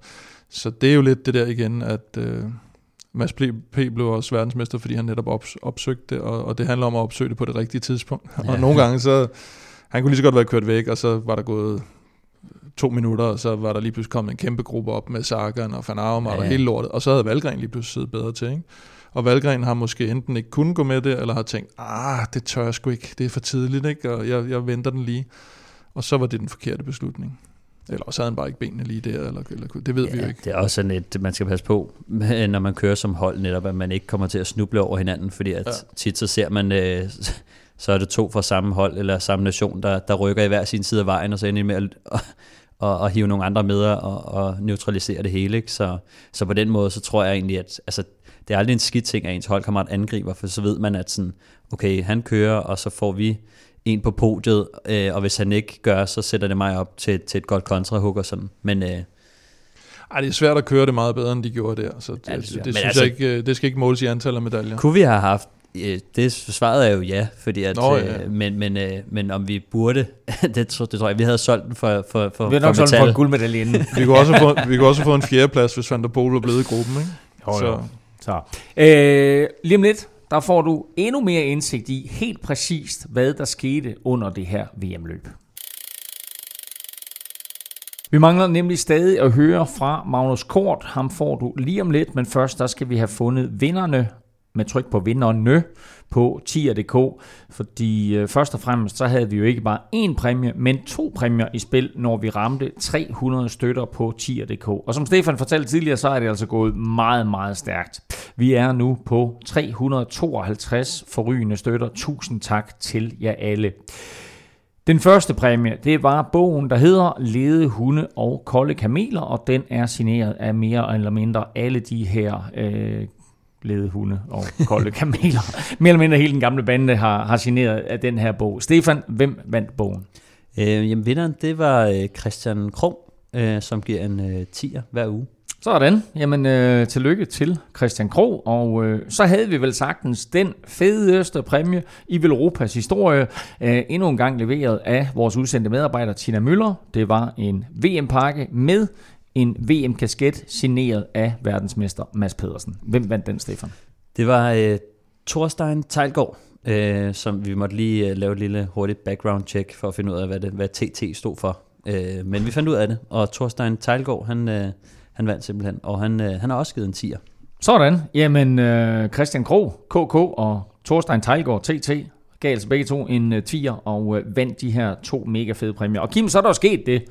Speaker 3: Så det er jo lidt det der igen, at Mads P. blev også verdensmester, fordi han netop opsøgte det, og det handler om at opsøge det på det rigtige tidspunkt. Ja. Og nogle gange, så... Han kunne lige så godt være kørt væk, og så var der gået 2 minutter, og så var der lige pludselig kommet en kæmpe gruppe op med Sagan og Van Avermaet og hele lortet, og så havde Valgren lige pludselig siddet bedre til, ikke? Og Valgren har måske enten ikke kunnet gå med det, eller har tænkt, det tør jeg sgu ikke, det er for tidligt, ikke? Og jeg venter den lige. Og så var det den forkerte beslutning. Eller også havde han bare ikke benene lige der, eller det ved vi jo ikke.
Speaker 4: Det er også sådan et, man skal passe på, når man kører som hold netop, at man ikke kommer til at snuble over hinanden, fordi at tit så ser man... så er det 2 fra samme hold eller samme nation, der rykker i hver sin side af vejen, og så ender med at hive nogle andre med og neutralisere det hele. Ikke? Så på den måde, så tror jeg egentlig, at altså, det er aldrig en skidt ting, at ens holdkammerat angriber, for så ved man, at sådan, okay, han kører, og så får vi en på podiet, og hvis han ikke gør, så sætter det mig op til et godt kontrahug og sådan. Men det
Speaker 3: er svært at køre det meget bedre, end de gjorde der, så det synes jeg ikke, det skal ikke måles i antal af medaljer.
Speaker 4: Kunne vi have haft Det svaret er jo ja, fordi at, men om vi burde, det tror jeg, vi havde solgt den for
Speaker 2: vi har nok solgt den for en guldmedalje inden.
Speaker 3: vi kunne også få en fjerdeplads, hvis Van der Poel var blevet i gruppen, ikke?
Speaker 2: Så. Lige om lidt, der får du endnu mere indsigt i helt præcist, hvad der skete under det her VM-løb. Vi mangler nemlig stadig at høre fra Magnus Kort. Ham får du lige om lidt, men først der skal vi have fundet vinderne med tryk på vinderne på tier.dk, fordi først og fremmest så havde vi jo ikke bare én præmie, men 2 præmier i spil, når vi ramte 300 støtter på tier.dk. Og som Stefan fortalte tidligere, så er det altså gået meget, meget stærkt. Vi er nu på 352 forrygende støtter. Tusind tak til jer alle. Den første præmie, det var bogen, der hedder Lede hunde og kolde kameler, og den er signeret af mere eller mindre alle de her lede hunde og kolde kameler. Mere eller mindre hele den gamle bande har signeret af den her bog. Stefan, hvem vandt bogen?
Speaker 4: Jamen vinderen, det var Christian Krog, som giver en 10'er hver uge.
Speaker 2: Sådan. Jamen, tillykke til Christian Krog, og så havde vi vel sagtens den fedeste præmie i Velropas historie, endnu en gang leveret af vores udsendte medarbejder Tina Møller. Det var en VM-pakke med en VM-kasket signeret af verdensmester Mads Pedersen. Hvem vandt den, Stefan?
Speaker 4: Det var Thorstein Teilgaard, som vi måtte lige lave et lille hurtigt background check for at finde ud af, hvad TT stod for. Men vi fandt ud af det, og Thorstein Teilgaard, han vandt simpelthen, og han har også givet en 10'er.
Speaker 2: Sådan. Jamen, Christian Krog, KK og Thorstein Teilgaard, TT, gav altså begge to en 10'er og vandt de her 2 mega fede præmier. Og Kim, så er der jo sket det,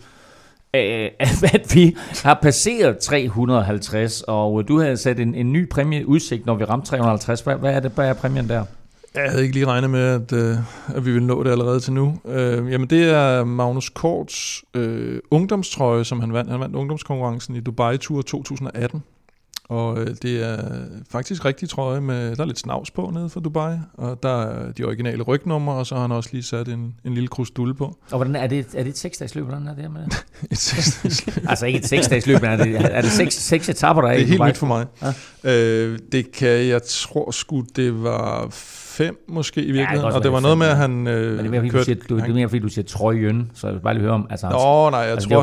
Speaker 2: at vi har passeret 350, og du havde sat en ny præmie udsigt, når vi ramte 350. Hvad er præmien der?
Speaker 3: Jeg havde ikke lige regnet med, at vi ville nå det allerede til nu. Jamen det er Magnus Korts ungdomstrøje, som han vandt. Han vandt ungdomskonkurrencen i Dubai Tour 2018. Og det er faktisk rigtig trøje med, der er lidt snavs på nede fra Dubai, og der er de originale rygnumre, og så har han også lige sat en lille krusdulle på.
Speaker 2: Og hvordan er det et 6-dagesløb, hvordan er det med det?
Speaker 3: Et 6-dagesløb?
Speaker 2: Altså ikke et 6-dagesløb, men er det 6 etaper, der er i
Speaker 3: Dubai? Det er helt nyt for
Speaker 2: mig.
Speaker 3: Ja? Det kan, jeg tror sgu, det var 5 måske i virkeligheden, og det var noget med, at han
Speaker 2: men det er mere fordi, du siger trøjen, så jeg vil bare lige høre om... Altså,
Speaker 3: nej, jeg tror,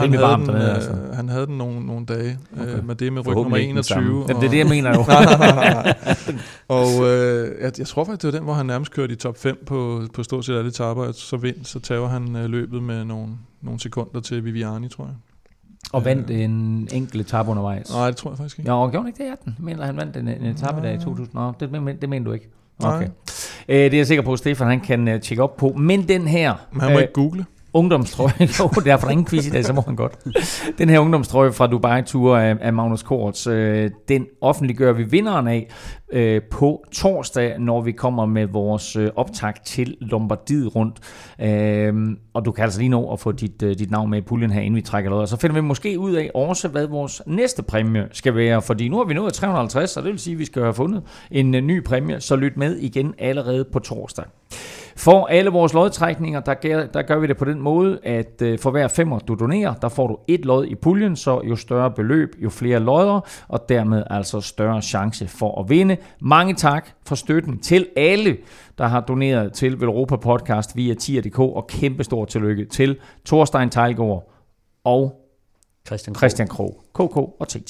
Speaker 3: han havde den nogle dage med det med ryg nummer 21.
Speaker 2: Det er det, jeg mener jo.
Speaker 3: nej. Og jeg tror faktisk, det var den, hvor han nærmest kørte i top 5 på stort set alle etaper, så tager han løbet med nogle sekunder til Viviani, tror jeg.
Speaker 2: Og vandt en enkelt etape undervejs?
Speaker 3: Nej, det tror jeg faktisk ikke.
Speaker 2: Jo, gjorde han ikke det i 18? Mener han vandt en etape der i 2000? Nå, det mener du ikke? Okay. Det er jeg sikker på, at Stefan han kan tjekke op på. Men den her...
Speaker 3: Han må ikke google.
Speaker 2: Ungdomstrøje, jo, derfor er ingen quiz i dag, så må han godt. Den her ungdomstrøje fra Dubai Tour af Magnus Korts, den offentliggør vi vinderen af på torsdag, når vi kommer med vores optakt til Lombardiet rundt. Og du kan altså lige nå at få dit navn med i puljen her, inden vi trækker noget. Og så finder vi måske ud af også, hvad vores næste præmie skal være, fordi nu har vi nået 350, og det vil sige, at vi skal have fundet en ny præmie, så lyt med igen allerede på torsdag. For alle vores lodtrækninger, der gør vi det på den måde, at for hver 5'er du donerer, der får du 1 lod i puljen, så jo større beløb, jo flere lodder, og dermed altså større chance for at vinde. Mange tak for støtten til alle, der har doneret til Velropa Podcast via tier.dk, og kæmpestor tillykke til Thorstein Teilgaard og Christian Krog, KK og TT.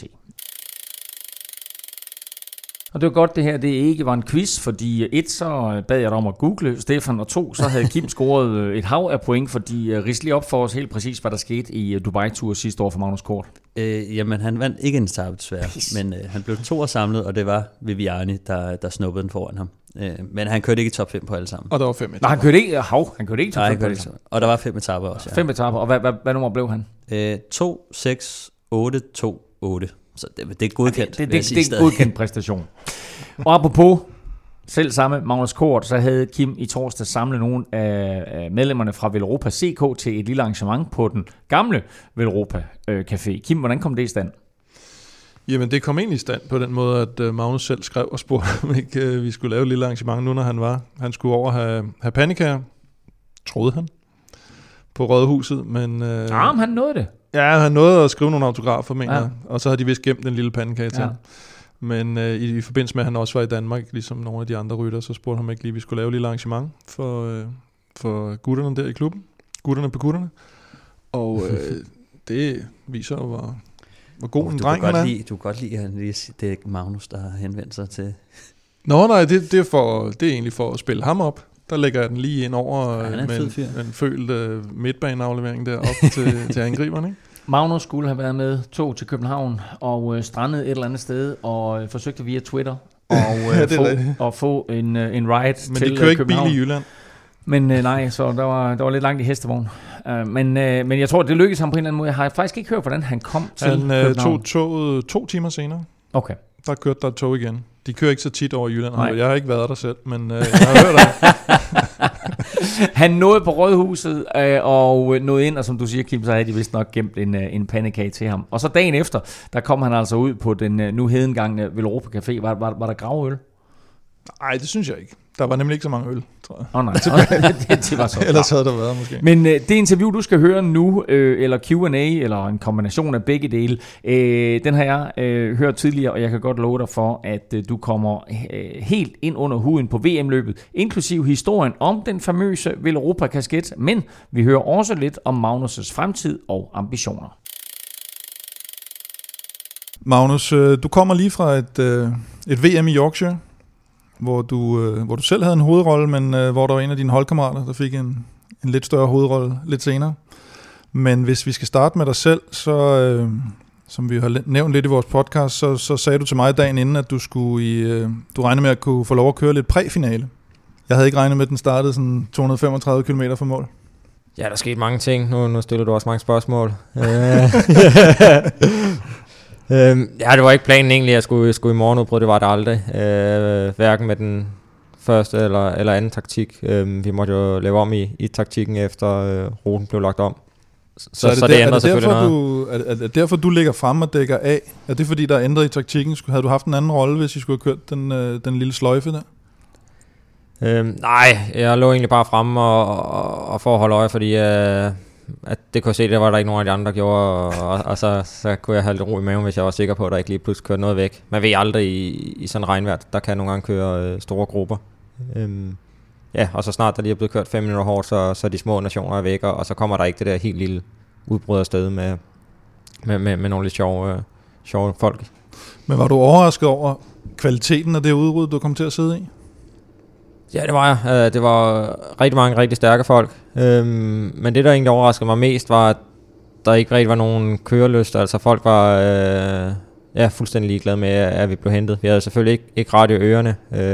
Speaker 2: Og det var godt det her, det ikke var en quiz, fordi 1, så bad jeg dig om at google Stefan, og 2, så havde Kim scoret et hav af point, fordi ris lige op for os helt præcis, hvad der skete i Dubai Tour sidste år for Magnus Kort.
Speaker 4: Jamen, han vandt ikke en etape desværre, men han blev 2 samlet, og det var Viviani, der snuppede den foran ham. Men han kørte ikke i top 5 på alle sammen.
Speaker 3: Og der var 5 etaper.
Speaker 2: Nej, han kørte ikke i top 5 på alle sammen.
Speaker 4: Og der var 5 etaper også, ja.
Speaker 2: 5 etaper, og hvad nummer blev han?
Speaker 4: 2, 6, 8, 2, 8. Så det er godkendt.
Speaker 2: Det er en godkendt præstation. Og apropos selv samme Magnus Kort, så havde Kim i torsdag samlet nogle af medlemmerne fra Velropa CK til et lille arrangement på den gamle Velropa Café. Kim, hvordan kom det i stand?
Speaker 3: Jamen, det kom egentlig i stand på den måde, at Magnus selv skrev og spurgte, om ikke vi skulle lave et lille arrangement nu, når han skulle over have pandekager, troede han, på Rådhuset, men...
Speaker 2: men han nåede det.
Speaker 3: Ja, han nåede at skrive nogle autografer, mener jeg, og så har de vist gemt den lille pandekage til. Ja. Men i forbindelse med, at han også var i Danmark, ligesom nogle af de andre rytter, så spurgte han ikke lige, at vi skulle lave et lille arrangement for gutterne der i klubben. Gutterne på gutterne. Og det viser jo, hvor god en dreng han er.
Speaker 4: Du kan godt lide, at det er Magnus, der har henvendt sig til...
Speaker 3: Nej, det er egentlig for at spille ham op. Der lægger jeg den lige ind over med en følt midtbaneaflevering der op til angriberne, ikke?
Speaker 2: Magnus skulle have været med, tog til København og strandet et eller andet sted og forsøgte via Twitter og få en ride til København.
Speaker 3: Men de kører ikke bil i Jylland.
Speaker 2: Men nej, så der var lidt langt i hestevogn. Men jeg tror, det lykkedes ham på en eller anden måde. Jeg har faktisk ikke hørt, hvordan han kom til København.
Speaker 3: Han tog toget 2 timer senere.
Speaker 2: Okay.
Speaker 3: Der kørte der et tog igen. De kører ikke så tit over Jylland. Nej. Jeg har ikke været der selv, men jeg har hørt det.
Speaker 2: Han nåede på Rådhuset og nåede ind, og som du siger, Kim, så havde de vist nok gemt en pandekage til ham. Og så dagen efter, der kom han altså ud på den nu hedengangne Velropa Café. Var der gravøl?
Speaker 3: Nej, det synes jeg ikke. Der var nemlig ikke så mange øl, tror jeg.
Speaker 2: Nej, det var så.
Speaker 3: Ellers havde der været måske.
Speaker 2: Men det interview, du skal høre nu, eller Q&A, eller en kombination af begge dele, den har jeg hørt tidligere, og jeg kan godt love dig for, at du kommer helt ind under huden på VM-løbet, inklusiv historien om den famøse Velropa-kasket, men vi hører også lidt om Magnus' fremtid og ambitioner.
Speaker 3: Magnus, du kommer lige fra et VM i Yorkshire, hvor du selv havde en hovedrolle, men hvor der var en af dine holdkammerater, der fik en lidt større hovedrolle lidt senere. Men hvis vi skal starte med dig selv, så som vi har nævnt lidt i vores podcast, så sagde du til mig dagen inden, at du regnede med at kunne få lov at køre lidt præfinale. Jeg havde ikke regnet med, at den startede sådan 235 km fra mål.
Speaker 10: Ja, der skete mange ting. Nu stiller du også mange spørgsmål. Ja, det var ikke planen egentlig, at jeg skulle i morgenudbrud. Det var det aldrig. Hverken med den første eller anden taktik. Vi måtte jo lave om i taktikken, efter ruten blev lagt om. Så det ændrer selvfølgelig noget. Er
Speaker 3: det derfor, du ligger frem og dækker af? Er det fordi, der er ændret i taktikken? Havde du haft en anden rolle, hvis I skulle have kørt den lille sløjfe der?
Speaker 10: Nej, jeg lå egentlig bare fremme og for at holde øje, fordi at det kunne jeg se, det var der ikke nogen af de andre, der gjorde, og så kunne jeg have lidt ro i maven, hvis jeg var sikker på, at der ikke lige pludselig kørte noget væk. Man ved aldrig i sådan regnvejr, der kan nogle gange køre store grupper. Ja, og så snart der lige er blevet kørt 5 minutter hårdt, så de små nationer er væk, og så kommer der ikke det der helt lille udbrud af sted med nogle lidt sjove folk.
Speaker 3: Men var du overrasket over kvaliteten af det udbrud, du kom til at sidde i?
Speaker 10: Ja, det var jeg. Det var rigtig mange rigtig stærke folk. Men det, der egentlig overraskede mig mest, var, at der ikke rigtig var nogen kørelyst. Altså folk var fuldstændig ligeglade med, at vi blev hentet. Vi havde selvfølgelig ikke radio i ørerne.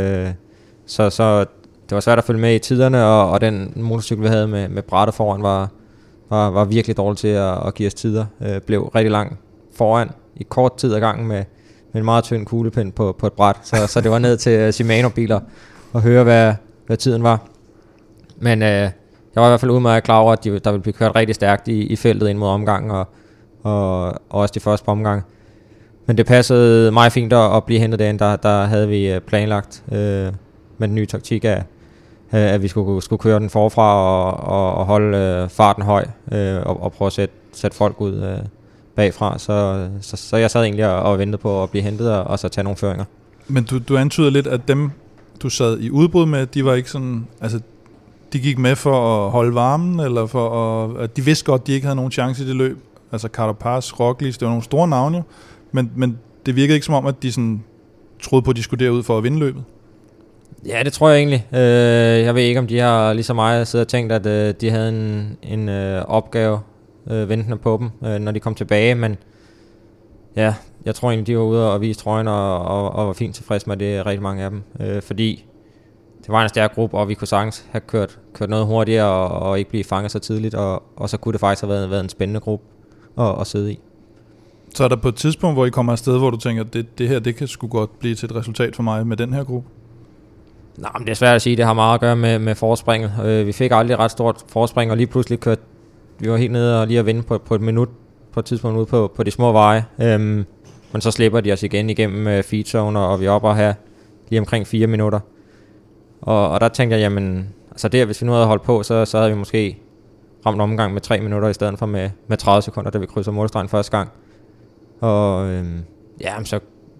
Speaker 10: Så det var svært at følge med i tiderne, og den motorcykel, vi havde med brættet foran, var virkelig dårlig til at give os tider. Blev rigtig lang foran i kort tid ad gangen med en meget tynd kuglepind på et bræt. Så det var ned til Shimano-biler og høre, hvad tiden var. Men jeg var i hvert fald udmærket klar over, at der ville blive kørt rigtig stærkt i feltet ind mod omgangen, og også de første omgang. Men det passede meget fint at blive hentet derinde. Der havde vi planlagt med den nye taktik at vi skulle køre den forfra og holde farten høj og prøve at sætte folk ud bagfra. Så jeg sad egentlig og ventede på at blive hentet og så tage nogle føringer.
Speaker 3: Men du antyder lidt, at dem du sad i udbrud med, de var ikke sådan, altså de gik med for at holde varmen, eller for at de vidste godt, at de ikke havde nogen chance i det løb. Altså Carapaz, Roglic, det var nogle store navne, men det virkede ikke som om, at de sådan troede på, at de skulle derud for at vinde løbet.
Speaker 10: Ja, det tror jeg egentlig. Jeg ved ikke, om de har ligesom mig siddet og tænkt, at de havde en opgave ventende på dem, når de kom tilbage, men ja, jeg tror egentlig, de var ude og vise trøjen og var fint tilfreds med det, rigtig mange af dem. Fordi det var en stærk gruppe, og vi kunne sagtens have kørt noget hurtigere og ikke blive fanget så tidligt, og så kunne det faktisk have været en spændende gruppe at sidde i.
Speaker 3: Så er der på et tidspunkt, hvor I kommer afsted, hvor du tænker, at det her, det kan sgu godt blive til et resultat for mig med den her gruppe?
Speaker 10: Nej, men det er svært at sige. Det har meget at gøre med forspringet. Vi fik aldrig ret stort forspring, og lige pludselig kørte vi var helt nede og lige at vinde på et minut på et tidspunkt ude på de små veje. Men så slipper de os igen igennem feedzone, og vi er oppe og have lige omkring 4 minutter. Og der tænkte jeg, jamen, altså der, hvis vi nu havde holdt på, så havde vi måske ramt omgang med 3 minutter i stedet for med 30 sekunder, da vi krydser målstregen første gang. Og så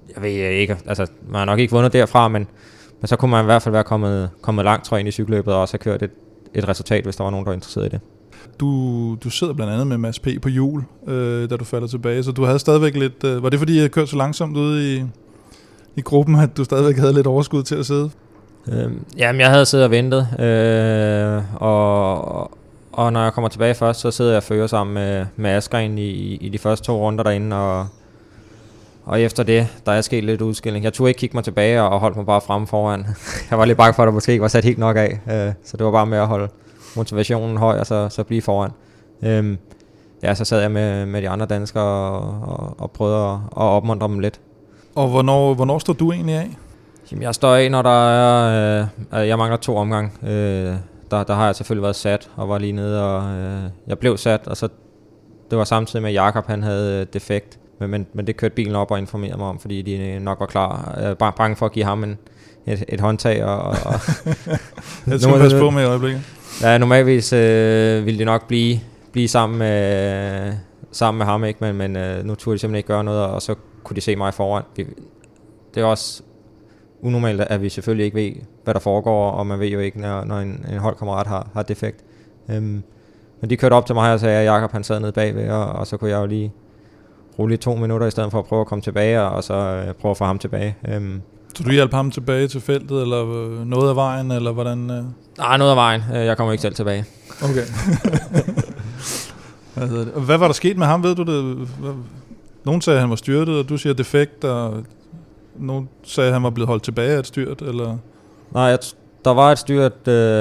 Speaker 10: Jeg ved ikke, altså man har nok ikke vundet derfra, men så kunne man i hvert fald være kommet langt, tror jeg, ind i cykelløbet, og også have kørt et resultat, hvis der var nogen, der var interesseret i det. Du
Speaker 3: sidder blandt andet med Mads P. på hjul, da du falder tilbage, så du havde stadigvæk lidt... var det fordi, jeg kørte så langsomt ude i gruppen, at du stadigvæk havde lidt overskud til at sidde?
Speaker 10: Jamen, jeg havde siddet og ventet, og når jeg kommer tilbage først, så sidder jeg og fører sammen med Askren i de første 2 runder derinde, og efter det, der er sket lidt udskilling. Jeg turde ikke kigge mig tilbage og holdt mig bare fremme foran. Jeg var lidt bange for, at der måske ikke var sat helt nok af, så det var bare med at holde motivationen høj og så blive foran. Så sad jeg med de andre danskere og prøvede at opmuntre dem lidt.
Speaker 3: Og hvornår står du egentlig af?
Speaker 10: Jamen, jeg står af, når der er... jeg mangler 2 omgange. Der har jeg selvfølgelig været sat og var lige nede, og jeg blev sat, og så det var samtidig med, at Jakob han havde defekt. Men det kørte bilen op og informerede mig om, fordi de nok var klar. Jeg er bange for at give ham et håndtag. Og
Speaker 3: jeg skal passe på med i øjeblikket.
Speaker 10: Ja, normalvis ville de nok blive sammen med ham, ikke? Men nu turde de simpelthen ikke gøre noget, og så kunne de se mig foran. Det er også unormalt, at vi selvfølgelig ikke ved, hvad der foregår, og man ved jo ikke, når en holdkammerat har defekt. Men de kørte op til mig og sagde, at Jakob han sad nede bagved, og så kunne jeg jo lige rulle 2 minutter, i stedet for at prøve at komme tilbage, og så prøve at få ham tilbage.
Speaker 3: Så du hjalp ham tilbage til feltet, eller noget af vejen, eller hvordan?
Speaker 10: Nej, noget af vejen. Jeg kommer ikke selv tilbage.
Speaker 3: Okay. Hvad var der sket med ham, ved du det? Nogen sagde, at han var styrtet, og du siger defekt, og nogen sagde, at han var blevet holdt tilbage af et styrt, eller?
Speaker 10: Nej, der var et styrt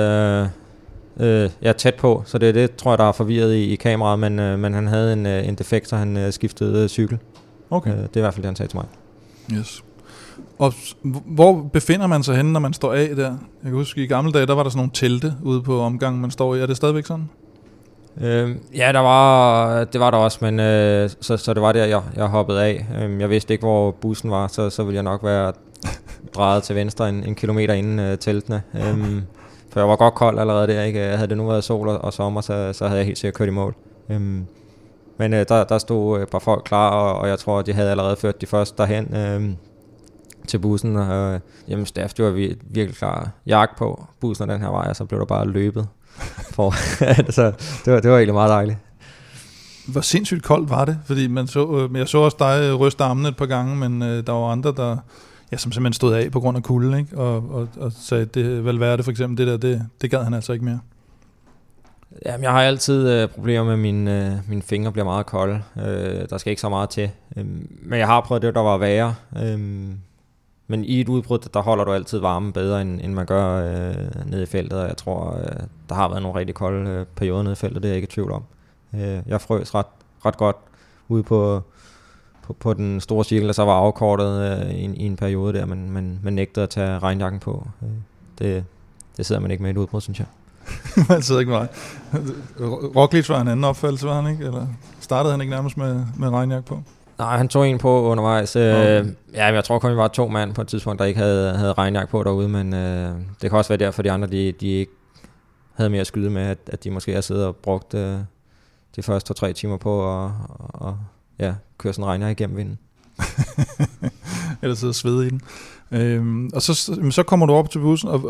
Speaker 10: tæt på, så det tror jeg, der har forvirret i kameraet, men han havde en defekt, så han skiftede cykel.
Speaker 3: Okay.
Speaker 10: Det er i hvert fald det, han sagde til mig.
Speaker 3: Yes. Og hvor befinder man sig henne, når man står af der? Jeg kan huske, i gamle dage, der var der sådan nogle telte ude på omgangen, man står i. Er det stadigvæk sådan?
Speaker 10: Ja, det var der også, men så det var der, jeg hoppede af. Jeg vidste ikke, hvor bussen var, så ville jeg nok være drejet til venstre en kilometer inden teltene. For jeg var godt kold allerede der, ikke? Havde det nu været sol og sommer, så havde jeg helt sikkert kørt i mål. Men der stod et par folk klar, og jeg tror, de havde allerede ført de første derhen til bussen. Jamen, Staff, det var virkelig klar jagt på bussen og den her vej, og så blev der bare løbet. Så det var egentlig meget dejligt.
Speaker 3: Hvor sindssygt koldt var det? Fordi jeg så også dig ryste armene et par gange, men der var andre, som simpelthen stod af på grund af kulden, ikke? Og sagde, det Valverde for eksempel, det gad han altså ikke mere.
Speaker 10: Jamen, jeg har altid problemer med mine fingre bliver meget kolde. Der skal ikke så meget til. Men jeg har prøvet det, der var værre. Men i et udbrud, der holder du altid varmen bedre, end man gør nede i feltet. Og jeg tror, der har været nogle rigtig kolde perioder nede i feltet, det er jeg ikke i tvivl om. Jeg frøs ret godt ude på den store cirkel, der så var afkortet i en periode der, men man nægtede at tage regnjakken på. Det sidder man ikke med i et udbrud, synes jeg.
Speaker 3: Man sidder ikke med Roglic var en anden opfattelse, var han ikke? Eller startede han ikke nærmest med regnjakke på?
Speaker 10: Nej, han tog en på undervejs. Okay. Jeg tror kun, vi var 2 mand på et tidspunkt, der ikke havde regnjakke på derude, men det kan også være derfor, de andre de ikke havde mere at skyde med, at de måske har siddet og brugt de første 2-3 timer på at køre sådan en regnjakke igennem vinden.
Speaker 3: Eller sidde og svede i den. Og så kommer du op til bussen, og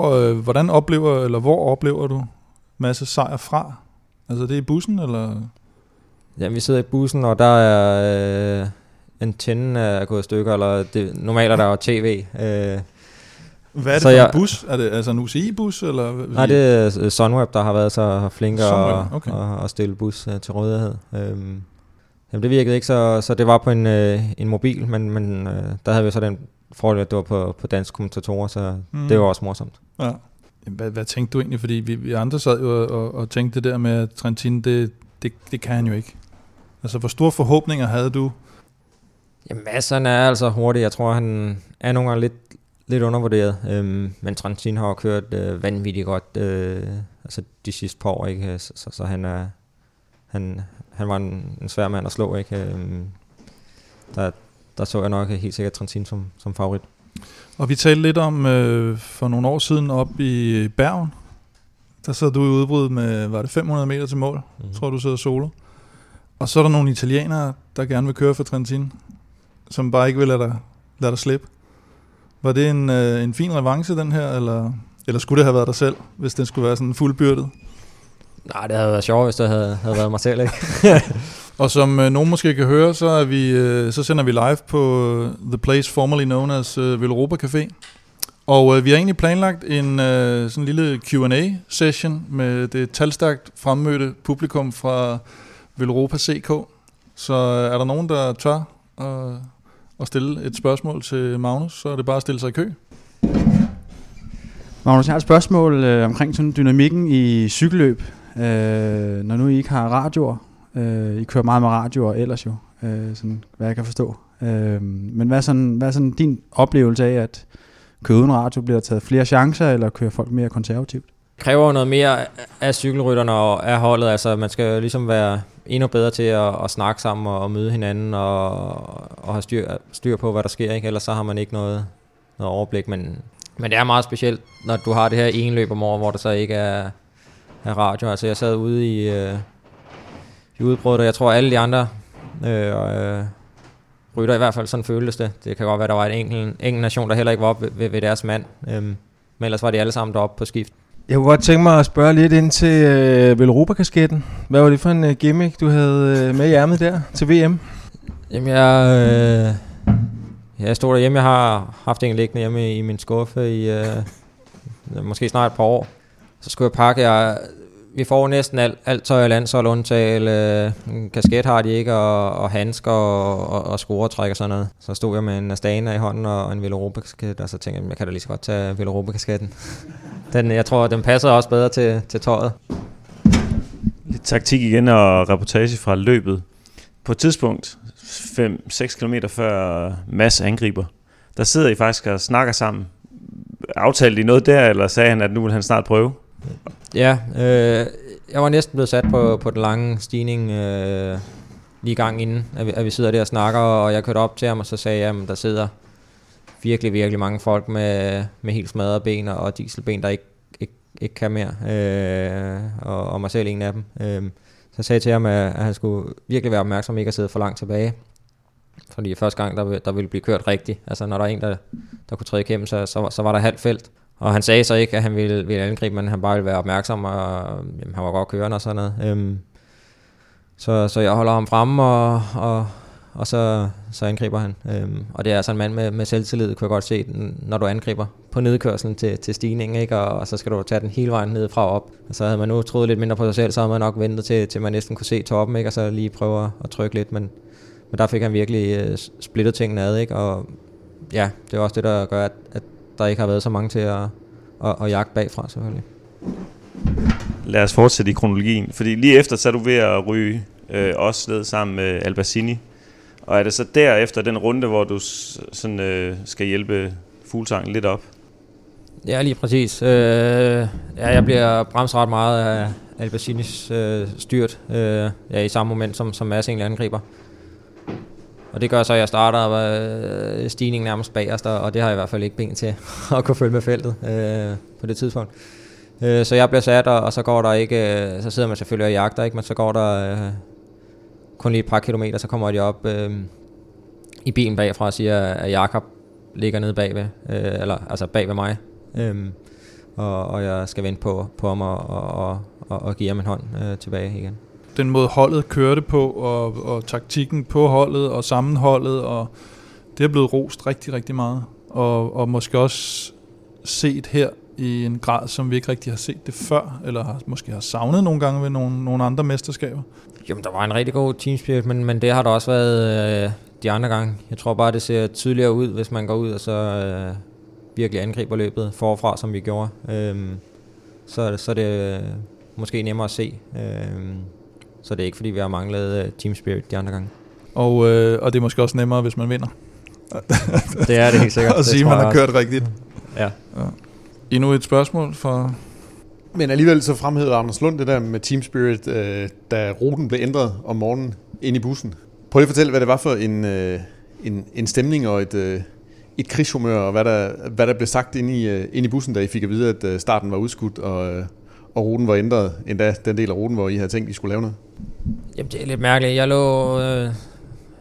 Speaker 3: hvor oplever du masse sejr fra? Altså det er i bussen, eller?
Speaker 10: Ja, vi sidder i bussen, og der er antennen er gået i stykker, eller normalt er der jo tv.
Speaker 3: Hvad er det for en bus? Er det altså en UCI-bus? Eller?
Speaker 10: Nej, det er Sunweb, der har været så flinke at stille bus til rådighed. Jamen, det virkede ikke, så det var på en mobil, men der havde vi så den fordel, at det var på danske kommentatorer, så det var også morsomt.
Speaker 3: Ja. Hvad tænkte du egentlig? Fordi vi andre sad jo og tænkte det der med, at Trentin, det kan han jo ikke. Altså, hvor store forhåbninger havde du?
Speaker 10: Jamen, Madsen er altså hurtig. Jeg tror, han er nogle gange lidt undervurderet. Men Trentin har kørt vanvittigt godt altså de sidste par år, ikke? Så han var en svær mand at slå, ikke? Der så jeg nok helt sikkert Trentin som favorit. Og
Speaker 3: vi talte lidt om for nogle år siden op i Bergen. Der sad du i udbrud med, var det 500 meter til mål? Tror du sidder solo. Og så er der nogle italienere, der gerne vil køre for Trentin, som bare ikke vil lade dig lader dig slippe. Var det en fin revanche, den her, eller skulle det have været dig selv, hvis den skulle være sådan fuldbyrdet?
Speaker 10: Nej, det havde været sjovt, hvis det havde været mig selv, ikke?
Speaker 3: Og som nogen måske kan høre, så sender vi live på The Place formerly known as Villeuropa Café. Og vi har egentlig planlagt en sådan en lille Q&A-session med det talstærkt fremmødte publikum fra Villeuropa CK. Så er der nogen, der tør at stille et spørgsmål til Magnus, så er det bare at stille sig i kø.
Speaker 11: Magnus, jeg har et spørgsmål omkring sådan dynamikken i cykelløb. Når nu I ikke har radioer, I kører meget med radioer ellers jo, sådan, hvad jeg kan forstå. Men hvad er sådan din oplevelse af, at køre uden radio, bliver der taget flere chancer, eller kører folk mere konservativt?
Speaker 10: Det kræver noget mere af cykelrytterne og af holdet. Altså, man skal ligesom være endnu bedre til at snakke sammen og møde hinanden og have styr på, hvad der sker, ikke? Ellers så har man ikke noget overblik. Men det er meget specielt, når du har det her ene løb om året, hvor der så ikke er radio. Altså, jeg sad ude i udbruddet, og jeg tror alle de andre rytter i hvert fald, sådan føltes det. Det kan godt være, der var en enkelt nation, der heller ikke var oppe ved deres mand. Men ellers var de alle sammen deroppe på skift.
Speaker 12: Jeg kunne godt tænke mig at spørge lidt ind til Villeuropa-kasketten. Hvad var det for en gimmick, du havde med i ærmet der til VM?
Speaker 10: Jamen, jeg stod derhjemme. Jeg har haft en liggende hjemme i min skuffe i måske snart et par år. Så skulle jeg pakke. Vi får næsten alt tøj og landshold undtale. Kasket har de ikke, og handsker og scoretræk og sådan noget. Så stod jeg med en Astana i hånden og en Villeuropa-kasket, og så tænkte jeg kan da lige så godt tage Villeuropa-kasketten. Jeg tror, den passer også bedre til tøjet.
Speaker 13: Lidt taktik igen og reportage fra løbet. På et tidspunkt, 5-6 km før Mads angriber, der sidder I faktisk og snakker sammen. Aftalte I noget der, eller sagde han, at nu vil han snart prøve?
Speaker 10: Ja, jeg var næsten blevet sat på den lange stigning lige i gang inden, at vi sidder der og snakker, og jeg kørte op til ham, og så sagde jeg, at der sidder virkelig, virkelig mange folk med helt smadrede ben og dieselben, der ikke kan mere, og mig selv en af dem. Så jeg sagde til ham, at han skulle virkelig være opmærksom, ikke at sidde for langt tilbage. Fordi første gang, der ville blive kørt rigtigt. Altså når der er en, der kunne træde igennem, så var der halvt felt. Og han sagde så ikke, at han ville angribe, men han bare ville være opmærksom, og han var godt kørende og sådan noget. Så jeg holder ham fremme, og så angriber han. Og det er altså en mand med selvtillid, kunne jeg godt se, når du angriber på nedkørslen til stigningen, ikke? Og så skal du tage den hele vejen nedefra og op. Og så havde man nu troet lidt mindre på sig selv, så havde man nok ventet til man næsten kunne se toppen, ikke? Og så lige prøve at trykke lidt, men der fik han virkelig splittet tingene ad, ikke? Og ja, det er også det, der gør, at der ikke har været så mange til at jagte bagfra, selvfølgelig.
Speaker 13: Lad os fortsætte i kronologien, fordi lige efter så er du ved at ryge også ned sammen med Albacini. Og er det så derefter den runde, hvor du sådan, skal hjælpe Fuglsangen lidt op?
Speaker 10: Ja, lige præcis. Jeg bliver bremset ret meget af Albacinis styrt i samme moment, som Mads egentlig angriber. Og det gør så, at jeg starter stigningen nærmest bagerst, og det har jeg i hvert fald ikke ben til at kunne følge med feltet på det tidspunkt. Så jeg bliver sat, og så går der ikke, så sidder man selvfølgelig og jagter, ikke, men så går der kun lige et par kilometer, så kommer de op i bilen bagfra og siger, at Jakob ligger nede bagved, altså bag ved mig, og jeg skal vente på ham og give ham en hånd tilbage igen.
Speaker 3: Den måde holdet kørte på, og taktikken på holdet, og sammenholdet, og det er blevet rost rigtig, rigtig meget. Og måske også set her i en grad, som vi ikke rigtig har set det før, eller måske har savnet nogle gange ved nogle andre mesterskaber.
Speaker 10: Jamen, der var en rigtig god teamspirit, men det har der også været de andre gange. Jeg tror bare, det ser tydeligere ud, hvis man går ud og så virkelig angriber løbet forfra, som vi gjorde. Så er det måske nemmere at se. Så det er ikke, fordi vi har manglet team spirit de andre gange.
Speaker 3: Og det er måske også nemmere, hvis man vinder.
Speaker 10: Det er det helt sikkert.
Speaker 3: Og sige, man har kørt rigtigt.
Speaker 10: Ja.
Speaker 3: Endnu et spørgsmål for...
Speaker 14: Men alligevel så fremhævede Anders Lund det der med team spirit, da ruten blev ændret om morgenen ind i bussen. Prøv lige at fortælle, hvad det var for en stemning og et krigshumør, og hvad der blev sagt inde i bussen, da I fik at vide, at starten var udskudt, og ruten var ændret, endda den del af ruten, hvor I havde tænkt, I skulle lave noget?
Speaker 10: Jamen, det er lidt mærkeligt. Jeg lå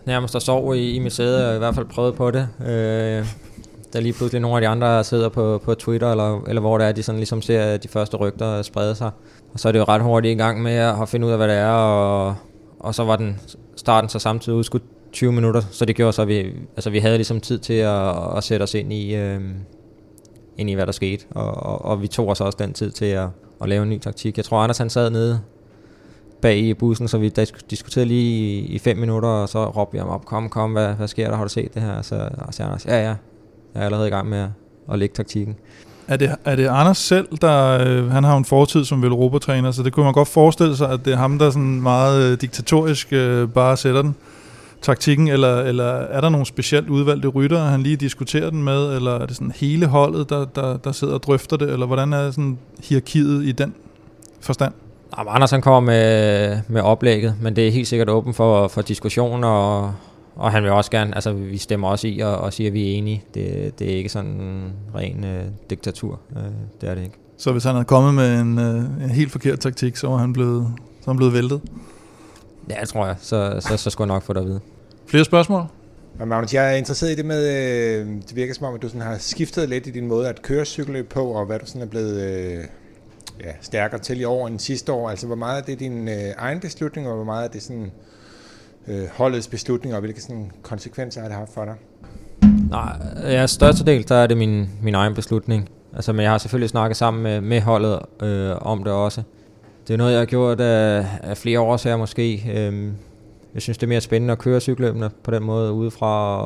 Speaker 10: nærmest at sove i mit sæde, og i hvert fald prøvet på det. Der lige pludselig nogle af de andre sidder på Twitter, eller hvor det er, de sådan ligesom ser de første rygter sprede sig. Og så er det jo ret hurtigt i gang med at finde ud af, hvad det er, og så var starten så samtidig udskudt 20 minutter, så det gjorde så, at vi havde ligesom tid til at sætte os ind i, hvad der skete. Og vi tog os også den tid til at lave en ny taktik. Jeg tror, Anders han sad nede bag i bussen, så vi diskuterede lige i 5 minutter, og så råbte vi ham op, kom, hvad sker der, har du set det her? Så siger Anders, ja, jeg er allerede i gang med at lægge taktikken.
Speaker 3: Er det Anders selv, der han har jo en fortid som Velropa-træner, så det kunne man godt forestille sig, at det er ham, der sådan meget diktatorisk bare sætter den taktikken, eller er der nogle specielt udvalgte rytter, han lige diskuterer den med, eller er det sådan hele holdet, der sidder og drøfter det, eller hvordan er sådan hierarkiet i den forstand?
Speaker 10: Anders han kommer med oplægget, men det er helt sikkert åben for diskussion, og han vil også gerne, altså vi stemmer også i og siger, at vi er enige. Det er ikke sådan en ren diktatur, det er det ikke.
Speaker 3: Så hvis han havde kommet med en helt forkert taktik, så var han blevet væltet?
Speaker 10: Ja, det tror jeg. Så skulle jeg nok få det at vide.
Speaker 3: Flere spørgsmål?
Speaker 15: Men Magnus, jeg er interesseret i det med, det virker som om, at du sådan har skiftet lidt i din måde at køre cykelløb på, og hvad du sådan er blevet stærkere til i år end sidste år. Altså, hvor meget er det din egen beslutning, og hvor meget er det sådan holdets beslutning, og hvilke sådan konsekvenser har det haft for dig?
Speaker 10: Nej, ja, største del, der er det min egen beslutning. Altså, men jeg har selvfølgelig snakket sammen med holdet om det også. Det er noget, jeg har gjort af flere år her måske. Jeg synes, det er mere spændende at køre cykelløbene på den måde udefra.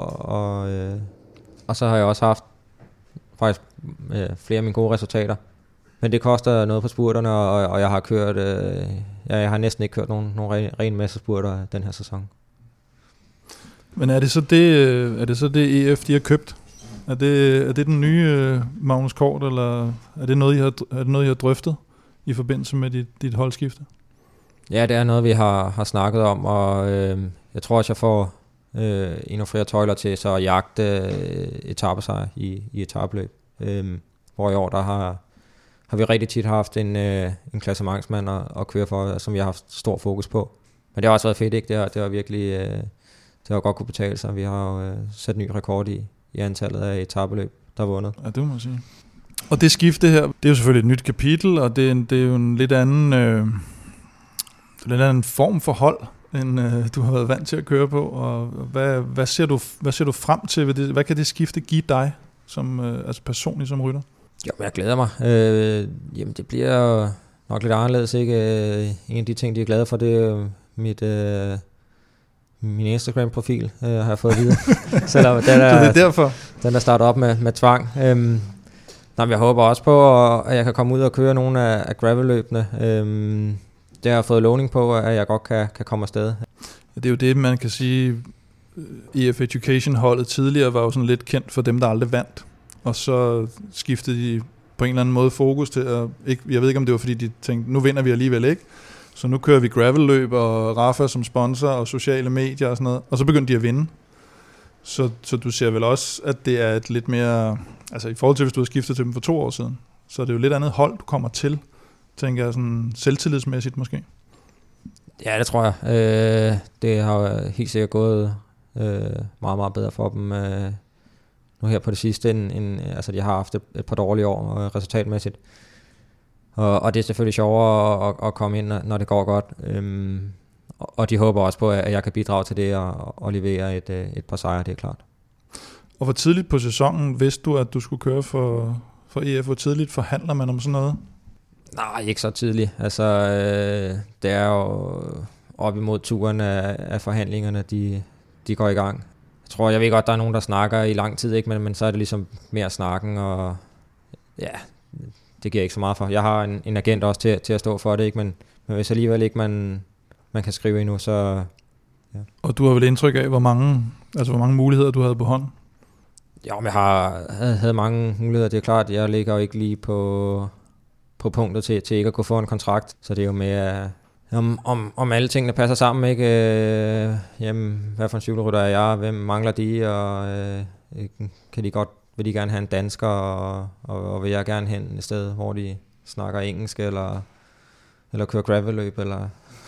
Speaker 10: Og så har jeg også haft faktisk flere af mine gode resultater. Men det koster noget på spurterne, og jeg har kørt... jeg har næsten ikke kørt nogen ren masse spurter den her sæson. Men
Speaker 3: er det så det EF, de har købt? Er det den nye Magnus Kort, eller er det noget, I har drøftet i forbindelse med dit holdskifte?
Speaker 10: Ja, det er noget, vi har snakket om, og jeg tror også, jeg får endnu flere tøjler til så at jagte etapesejr i etapeløb. Hvor i år, der har vi rigtig tit haft en klassementsmand at køre for, som vi har haft stor fokus på. Men det har også været fedt, ikke? Det har virkelig det har godt kunne betale sig. Vi har jo sat ny rekord i antallet af etapeløb, der er vundet.
Speaker 3: Ja, det må man sige. Og det skifte her, det er jo selvfølgelig et nyt kapitel, og det er jo en lidt anden form for hold, end du har været vant til at køre på. Og hvad ser du frem til ved det? Hvad kan det skifte give dig som altså personligt som rytter?
Speaker 10: Jo, jeg glæder mig. Jamen det bliver nok lidt anderledes, ikke? En af de ting, de er glade for, det er min Instagram-profil, har jeg fået at vide. Selvom den er derfor. Den er startet op med tvang. Jeg håber også på, at jeg kan komme ud og køre nogle af gravelløbene. Det har jeg fået lovning på, at jeg godt kan komme afsted.
Speaker 3: Det er jo det, man kan sige, EF Education-holdet tidligere var jo sådan lidt kendt for dem, der aldrig vandt. Og så skiftede de på en eller anden måde fokus til jeg ved ikke, om det var fordi, de tænkte, nu vinder vi alligevel ikke. Så nu kører vi gravelløb og Rafa som sponsor og sociale medier og sådan noget. Og så begyndte de at vinde. Så du ser vel også, at det er et lidt mere... Altså i forhold til, hvis du har skiftet til dem for 2 år siden, så er det jo lidt andet hold, du kommer til, tænker jeg, sådan selvtillidsmæssigt måske. Ja, det tror jeg.
Speaker 10: Det har helt sikkert gået meget, meget bedre for dem nu her på det sidste, altså de har haft et par dårlige år resultatmæssigt. Og det er selvfølgelig sjovere at komme ind, når det går godt. Og de håber også på, at jeg kan bidrage til det og levere et par sejre, det er klart.
Speaker 3: Og hvor tidligt på sæsonen vidste du, at du skulle køre for EF? Hvor tidligt forhandler man om sådan noget?
Speaker 10: Nej, ikke så tidligt. Altså, det er jo op imod turen af forhandlingerne, de går i gang. Jeg ved godt, der er nogen, der snakker i lang tid, ikke? Men så er det ligesom mere snakken, og ja, det giver ikke så meget for. Jeg har en agent også til at stå for det, ikke? Men hvis alligevel ikke man kan skrive endnu, så... Ja.
Speaker 3: Og du har vel indtryk af, hvor mange muligheder du havde på hånden?
Speaker 10: Jo, men jeg havde mange muligheder. Det er klart, jeg ligger jo ikke lige på punktet til ikke at kunne få en kontrakt. Så det er jo med, om alle tingene passer sammen, ikke? Jamen, hvad for en cykelrytter er jeg? Hvem mangler de? Og vil de gerne have en dansker? Og vil jeg gerne hen et sted, hvor de snakker engelsk, eller kører gravelløb, eller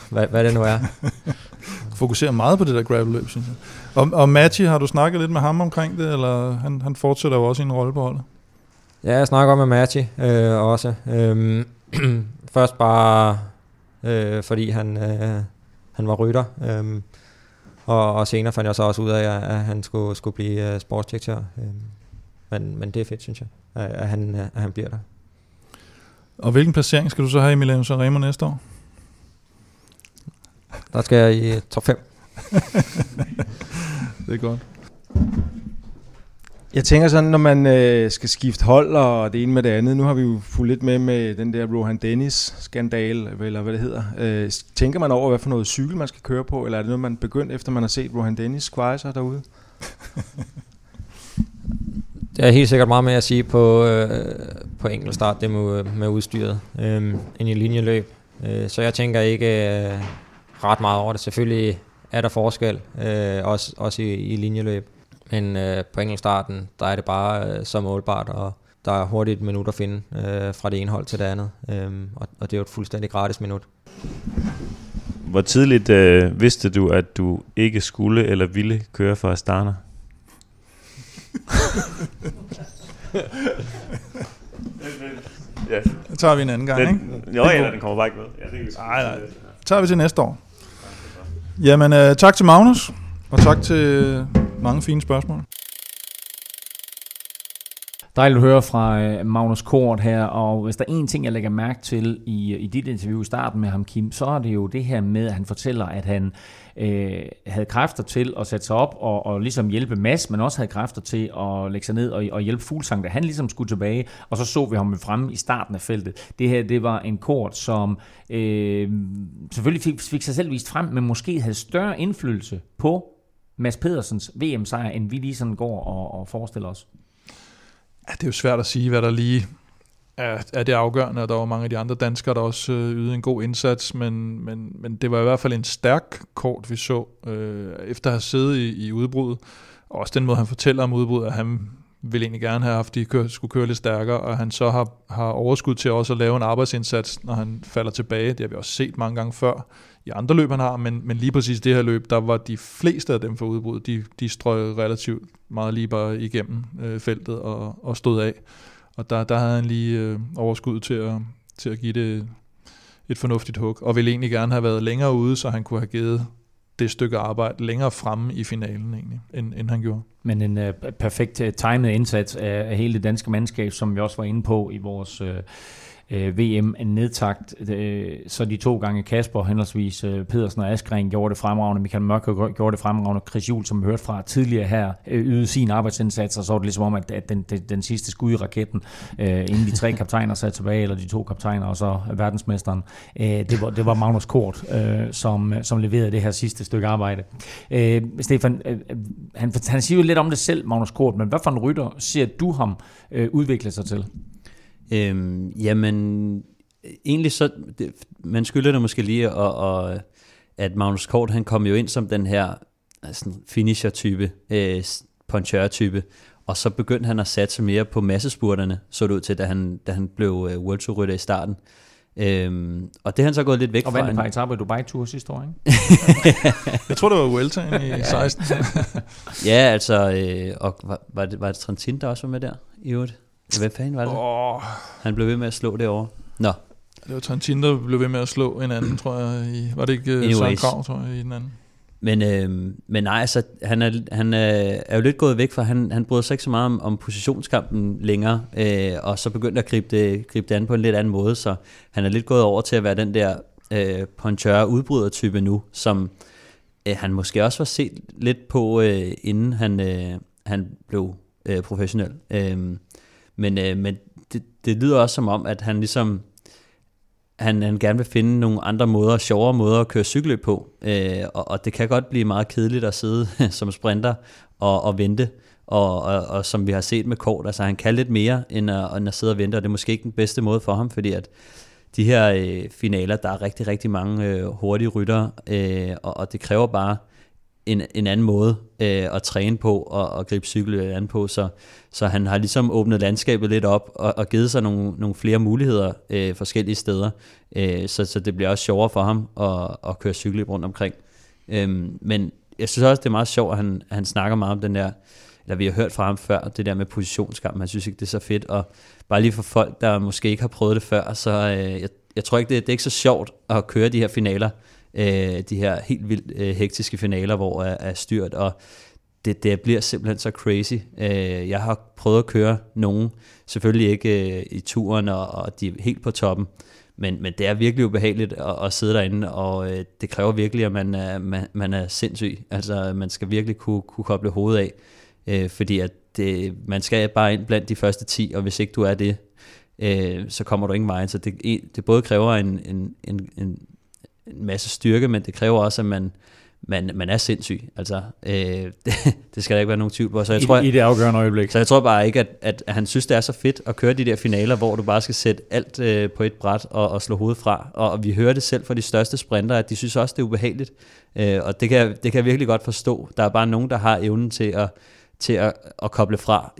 Speaker 10: hvad det nu er.
Speaker 3: Fokuserer meget på det der gravel-løb, synes jeg. Og Matti, har du snakket lidt med ham omkring det, eller han fortsætter jo også i en rolle på holdet?
Speaker 10: Ja, jeg snakker med Matti også. Først bare fordi han var rytter, og senere fandt jeg så også ud af, at han skulle blive sportsdirektør. Men det er fedt, synes jeg, at han bliver der.
Speaker 3: Og hvilken placering skal du så have i Milano Sanremo næste år?
Speaker 10: Der skal jeg i top 5.
Speaker 3: Det er godt.
Speaker 12: Jeg tænker sådan, når man skal skifte hold og det ene med det andet. Nu har vi jo fulgt lidt med den der Rohan Dennis-skandale, eller hvad det hedder. Tænker man over, hvad for noget cykel man skal køre på, eller er det noget, man begyndt efter man har set Rohan Dennis kveje sig derude?
Speaker 10: Det er helt sikkert meget med at sige på enkeltstart, det med udstyret, end i linjeløb. Så jeg tænker ikke ret meget over det. Selvfølgelig er der forskel, også i linjeløb. Men på enkeltstarten, der er det bare så målbart, og der er hurtigt et minut at finde fra det ene hold til det andet. Og det er jo et fuldstændig gratis minut.
Speaker 13: Hvor tidligt vidste du, at du ikke skulle eller ville køre for Astana?
Speaker 3: Ja. Det tager vi en anden gang, ikke?
Speaker 13: Jo, eller den kommer bare ikke med. Ja,
Speaker 3: nej. Tager vi til næste år. Jamen, tak til Magnus, og tak til mange fine spørgsmål.
Speaker 2: Dejligt at høre fra Magnus Kort her, og hvis der er en ting, jeg lægger mærke til i dit interview i starten med ham, Kim, så er det jo det her med, at han fortæller, at han havde kræfter til at sætte sig op og ligesom hjælpe Mads, men også havde kræfter til at lægge sig ned og hjælpe Fuglsang, da han ligesom skulle tilbage, og så vi ham fremme i starten af feltet. Det her, det var en Kort, som selvfølgelig fik sig selv vist frem, men måske havde større indflydelse på Mads Pedersens VM-sejr, end vi lige sådan går og forestiller os.
Speaker 3: Ja, det er jo svært at sige, hvad der lige er det afgørende, og der var mange af de andre danskere, der også ydede en god indsats, men det var i hvert fald en stærk Kort, vi så, efter at have siddet i udbruddet, og også den måde, han fortæller om udbruddet, at han ville egentlig gerne have haft, at de skulle køre lidt stærkere, og han så har overskud til også at lave en arbejdsindsats, når han falder tilbage. Det har vi også set mange gange før i andre løb, han har, men lige præcis det her løb, der var de fleste af dem for udbruddet, de strøg relativt meget lige bare igennem feltet og stod af. Og der havde han lige overskud til at give det et fornuftigt hug, og ville egentlig gerne have været længere ude, så han kunne have givet det stykke arbejde længere fremme i finalen egentlig, end han gjorde.
Speaker 2: Men en perfekt timet indsats af hele det danske mandskab, som vi også var inde på i vores VM-nedtakt. Så de 2 gange Kasper, henholdsvis Pedersen og Askren, gjorde det fremragende. Michael Mørk gjorde det fremragende. Chris Juhl, som vi hørte fra tidligere her, ydede sin arbejdsindsats, og så var det ligesom om, at den sidste skud i raketten, inden de 3 kaptajner satte tilbage, eller de 2 kaptajner, og så verdensmesteren, det var Magnus Kort, som leverede det her sidste stykke arbejde. Stefan, han siger jo lidt om det selv, Magnus Kort, men hvad for en rytter ser du ham udvikle sig til?
Speaker 4: Jamen, egentlig så, man skylder det måske lige, at Magnus Kort, han kom jo ind som den her finisher-type, puncheur-type, og så begyndte han at satse mere på massespurterne, så det ud til, da han blev World Tour rytter i starten. Og det har han så gået lidt væk fra.
Speaker 2: Og vandt et par etaper i Dubai Tour sidste år, ikke?
Speaker 3: Jeg tror, det var Vueltaen i 16.
Speaker 4: Ja, altså, og var det Trentin, der også var med der i øvrigt? Hvad fanden var det? Han blev ved med at slå det over. Nå.
Speaker 3: Det var Trentin, der blev ved med at slå en anden, tror jeg. Var det ikke Søren Kragh, tror jeg, i den anden?
Speaker 4: Men nej, altså, han er jo lidt gået væk fra, han bryder sig ikke så meget om positionskampen længere, og så begyndte at gribe det an på en lidt anden måde, så han er lidt gået over til at være den der puncheur-udbryder-type nu, som han måske også var set lidt på, inden han blev professionel. Men det lyder også som om, at han ligesom han gerne vil finde nogle andre måder, sjovere måder at køre cykelløb på, og det kan godt blive meget kedeligt at sidde som sprinter og vente, og som vi har set med Kort, altså han kan lidt mere end at sidde og vente, og det er måske ikke den bedste måde for ham, fordi at de her finaler, der er rigtig, rigtig mange hurtige ryttere, og det kræver bare en anden måde at træne på og gribe cykelløb an på, så han har ligesom åbnet landskabet lidt op og givet sig nogle flere muligheder forskellige steder, så det bliver også sjovere for ham at køre cykelløb rundt omkring. Men jeg synes også, det er meget sjovt, at han snakker meget om den der, eller vi har hørt fra ham før, det der med positionskamp. Han synes ikke, det er så fedt, og bare lige for folk, der måske ikke har prøvet det før, så jeg tror ikke, det er ikke så sjovt at køre de her finaler, de her helt vildt hektiske finaler, hvor er styrt, og det bliver simpelthen så crazy. Jeg har prøvet at køre nogen, selvfølgelig ikke i turen, og de er helt på toppen, men det er virkelig ubehageligt at sidde derinde, og det kræver virkelig, at man er sindssyg. Altså, man skal virkelig kunne koble hovedet af, fordi at man skal bare ind blandt de første 10, og hvis ikke du er det, så kommer du ingen vej. Så det både kræver en masse styrke, men det kræver også, at man er sindssyg. Altså, det skal der ikke være nogen tvivl på. Så jeg tror,
Speaker 2: i det afgørende øjeblik.
Speaker 4: Så jeg tror bare ikke, at han synes, det er så fedt at køre de der finaler, hvor du bare skal sætte alt på et bræt og slå hovedet fra. Og vi hører det selv fra de største sprinter, at de synes også, det er ubehageligt. Og det kan jeg virkelig godt forstå. Der er bare nogen, der har evnen til at koble fra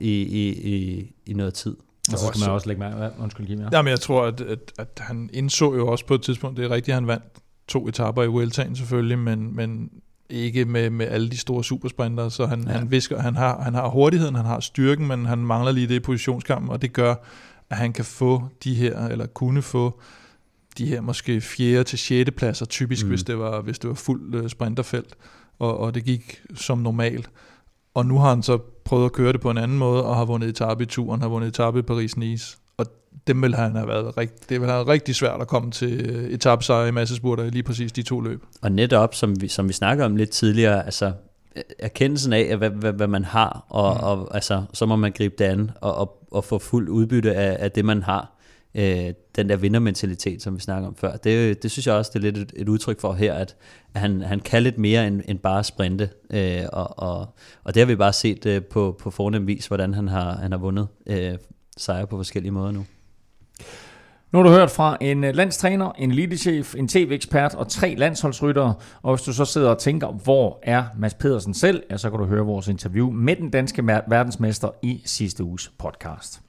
Speaker 4: i noget tid.
Speaker 2: Og så skal man også lægge mærke. Undskyld, Kim.
Speaker 3: Jamen, jeg tror, at han indså jo også på et tidspunkt, det er rigtigt, han vandt 2 etaper i Vueltaen selvfølgelig, men ikke med alle de store supersprintere, så han visker, han har hurtigheden, han har styrken, men han mangler lige det i positionskampen, og det gør, at han kan få de her, eller kunne få de her måske 4. til 6. pladser, typisk, hvis det var fuld sprinterfelt, og det gik som normalt. Og nu har han så prøvet at køre det på en anden måde, og har vundet etape i turen, har vundet etape i Paris-Nice. Og det vil have været rigtig svært at komme til etapesejr i massespurter i lige præcis de 2 løb.
Speaker 4: Og netop, som vi snakkede om lidt tidligere, altså erkendelsen af, hvad man har, og altså, så må man gribe det an, og få fuld udbytte af det, man har. Den der vindermentalitet, som vi snakker om før. Det synes jeg også, det er lidt et udtryk for her, at han kan lidt mere end bare sprinte. Og det har vi bare set på fornem vis, hvordan han har vundet sejre på forskellige måder nu.
Speaker 2: Nu har du hørt fra en landstræner, en elitechef, en tv-ekspert og 3 landsholdsryttere. Og hvis du så sidder og tænker, hvor er Mads Pedersen selv, ja, så kan du høre vores interview med den danske verdensmester i sidste uges podcast.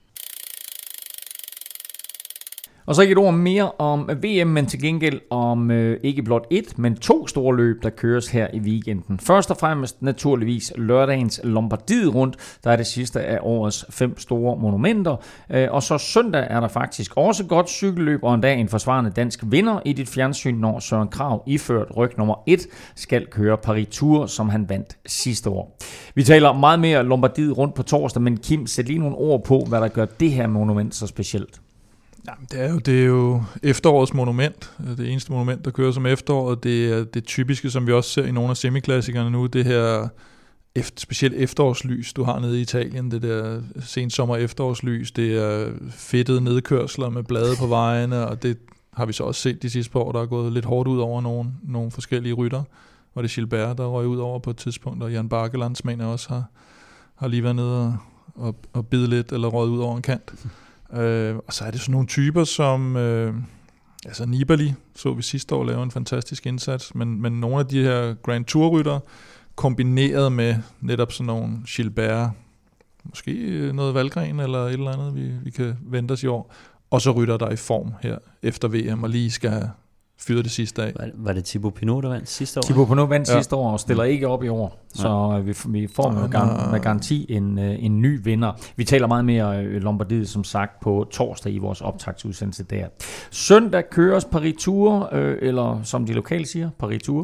Speaker 2: Og så ikke et ord mere om VM, men til gengæld om ikke blot 1, men 2 store løb, der køres her i weekenden. Først og fremmest naturligvis lørdagens Lombardiet rundt, der er det sidste af årets 5 store monumenter. Og så søndag er der faktisk også godt cykelløb, og endda en forsvarende dansk vinder i dit fjernsyn, når Søren Kragh iført ryg nummer 1 skal køre Paris Tour, som han vandt sidste år. Vi taler meget mere Lombardiet rundt på torsdag, men Kim, sæt lige nogle ord på, hvad der gør det her monument så specielt.
Speaker 3: Jamen, det er jo efterårets monument. Det eneste monument, der kører som efteråret. Det er det typiske, som vi også ser i nogle af semiklassikerne nu. Det her specielt efterårslys, du har nede i Italien. Det der sensommer efterårslys. Det er fedtede nedkørsler med blade på vejene. Og det har vi så også set de sidste par år, der er gået lidt hårdt ud over nogle forskellige rytter. Og det er Gilbert, der røg ud over på et tidspunkt. Og Jan Bakelands mener også har lige været nede og bide lidt, eller røget ud over en kant. Og så er det sådan nogle typer som altså Nibali, så vi sidste år lave en fantastisk indsats, men nogle af de her Grand Tour-rytter kombineret med netop sådan nogle Gilbert, måske noget Valgren eller et eller andet, vi kan vente os i år, og så rytter der i form her efter VM og lige skal have fyret det sidste af.
Speaker 4: Var det Thibaut Pinot, der vandt sidste år?
Speaker 2: Thibaut Pinot vandt sidste år og stiller ikke op i år, så vi får med garanti en ny vinder. Vi taler meget mere Lombardiet, som sagt, på torsdag i vores optagsudsendelse der. Søndag køres Paris Tour, eller som de lokale siger, Paris Tour.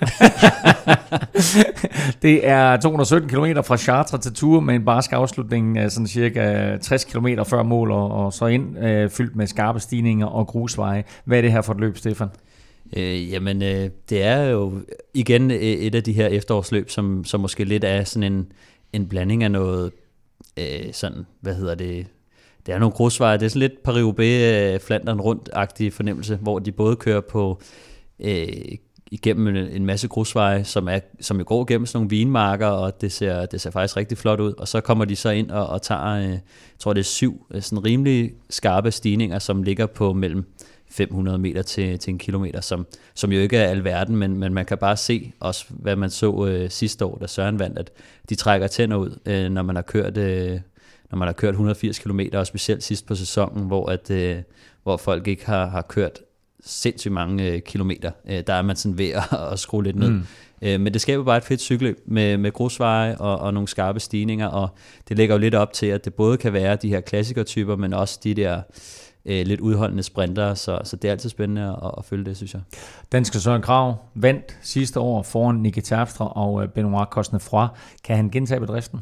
Speaker 2: Det er 217 km fra Chartres til Tours med en barsk afslutning, sådan cirka 60 km før mål, og så ind fyldt med skarpe stigninger og grusveje. Hvad er det her for et løb, Stefan?
Speaker 4: Jamen, det er jo igen et af de her efterårsløb, som måske lidt er sådan en blanding af noget, sådan, hvad hedder det, det er nogle grusveje, det er sådan lidt Paris-Roubaix, Flandern rundt-agtig fornemmelse, hvor de både kører på igennem en masse grusveje, som jo går gennem sådan nogle vinmarker, og det ser faktisk rigtig flot ud, og så kommer de så ind og tager, jeg tror det er 7 sådan rimelig skarpe stigninger, som ligger på mellem 500 meter til en kilometer, som jo ikke er alverden, men man kan bare se også, hvad man så sidste år, da Søren vandt, at de trækker tænder ud, når man har kørt 180 km, og specielt sidst på sæsonen, hvor folk ikke har kørt sindssygt mange kilometer. Der er man sådan ved at skrue lidt ned. Men det skaber bare et fedt cykelløb med grusveje og nogle skarpe stigninger, og det lægger jo lidt op til, at det både kan være de her klassikertyper, men også de der lidt udholdende sprintere, så det er altid spændende at følge det, synes jeg.
Speaker 2: Danske Søren Kragh vandt sidste år foran Nicky Terpstra og Benoit Cosnefroy. Kan han gentage bedriften?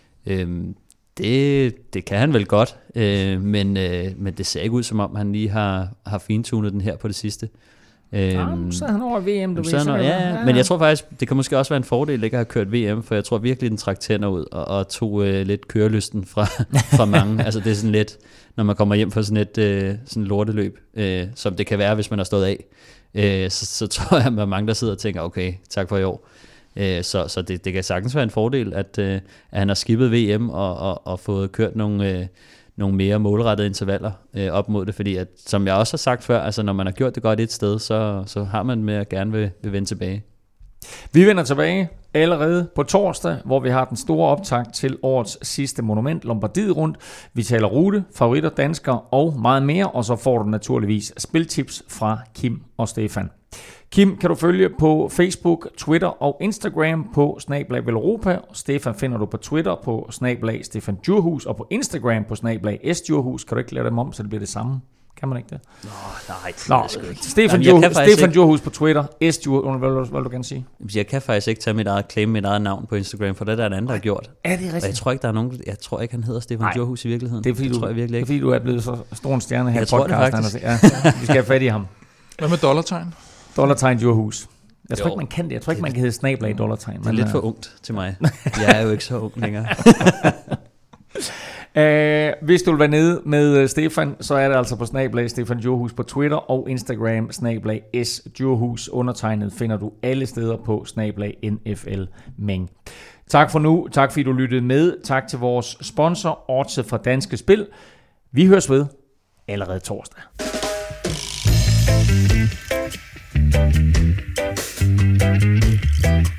Speaker 4: Det kan han vel godt, men det ser ikke ud, som om han lige har fintunet den her på det sidste.
Speaker 2: Så han over VM, du ved.
Speaker 4: Ja, men jeg tror faktisk, det kan måske også være en fordel ikke at have kørt VM, for jeg tror virkelig, den trak tænder ud og tog lidt kørelysten fra mange. Altså det er sådan lidt, når man kommer hjem fra sådan et sådan lorteløb, som det kan være, hvis man har stået af, så tror jeg, at der er mange, der sidder og tænker, okay, tak for i år. Så det kan sagtens være en fordel, at han har skippet VM og fået kørt nogle mere målrettede intervaller op mod det, fordi at, som jeg også har sagt før, altså når man har gjort det godt et sted, så har man med at gerne vil vende tilbage.
Speaker 2: Vi vender tilbage allerede på torsdag, hvor vi har den store optakt til årets sidste monument, Lombardiet rundt. Vi taler rute, favoritter, danskere og meget mere, og så får du naturligvis spiltips fra Kim og Stefan. Kim kan du følge på Facebook, Twitter og Instagram på @Velropa. Stefan finder du på Twitter på @Stefan Djurhus og på Instagram på @SDjurhus. Kan du ikke lade dem om, så det bliver det samme? Kan man ikke det?
Speaker 4: Nej.
Speaker 2: Stefan Djurhus på Twitter, hvad vil du gerne sige?
Speaker 4: Jeg kan faktisk ikke claim mit eget navn på Instagram, for det er der en anden, der har gjort.
Speaker 2: Er det rigtigt?
Speaker 4: Og jeg tror ikke, han hedder Stefan Djurhus i virkeligheden.
Speaker 2: Det er fordi,
Speaker 4: tror jeg virkelig ikke.
Speaker 2: Det er fordi, du er blevet så stor en stjerne her
Speaker 4: i podcasten.
Speaker 2: Ja, vi skal have fat i ham.
Speaker 3: Hvad med dollartegn?
Speaker 2: Dollartegn Djurhus. Jeg tror ikke, man kan det. Jeg tror ikke, man kan hedde / dollartegn.
Speaker 4: Det er lidt for ungt til mig. Jeg er jo ikke så ung længere.
Speaker 2: Hvis du vil være nede med Stefan, så er det altså på @Stefan Djurhus på Twitter og Instagram @SDjurhus. Undertegnet finder du alle steder på @NFL Meng. Tak for nu. Tak fordi du lyttede med. Tak til vores sponsor, Odset fra Danske Spil. Vi høres ved allerede torsdag.
Speaker 16: Thank you.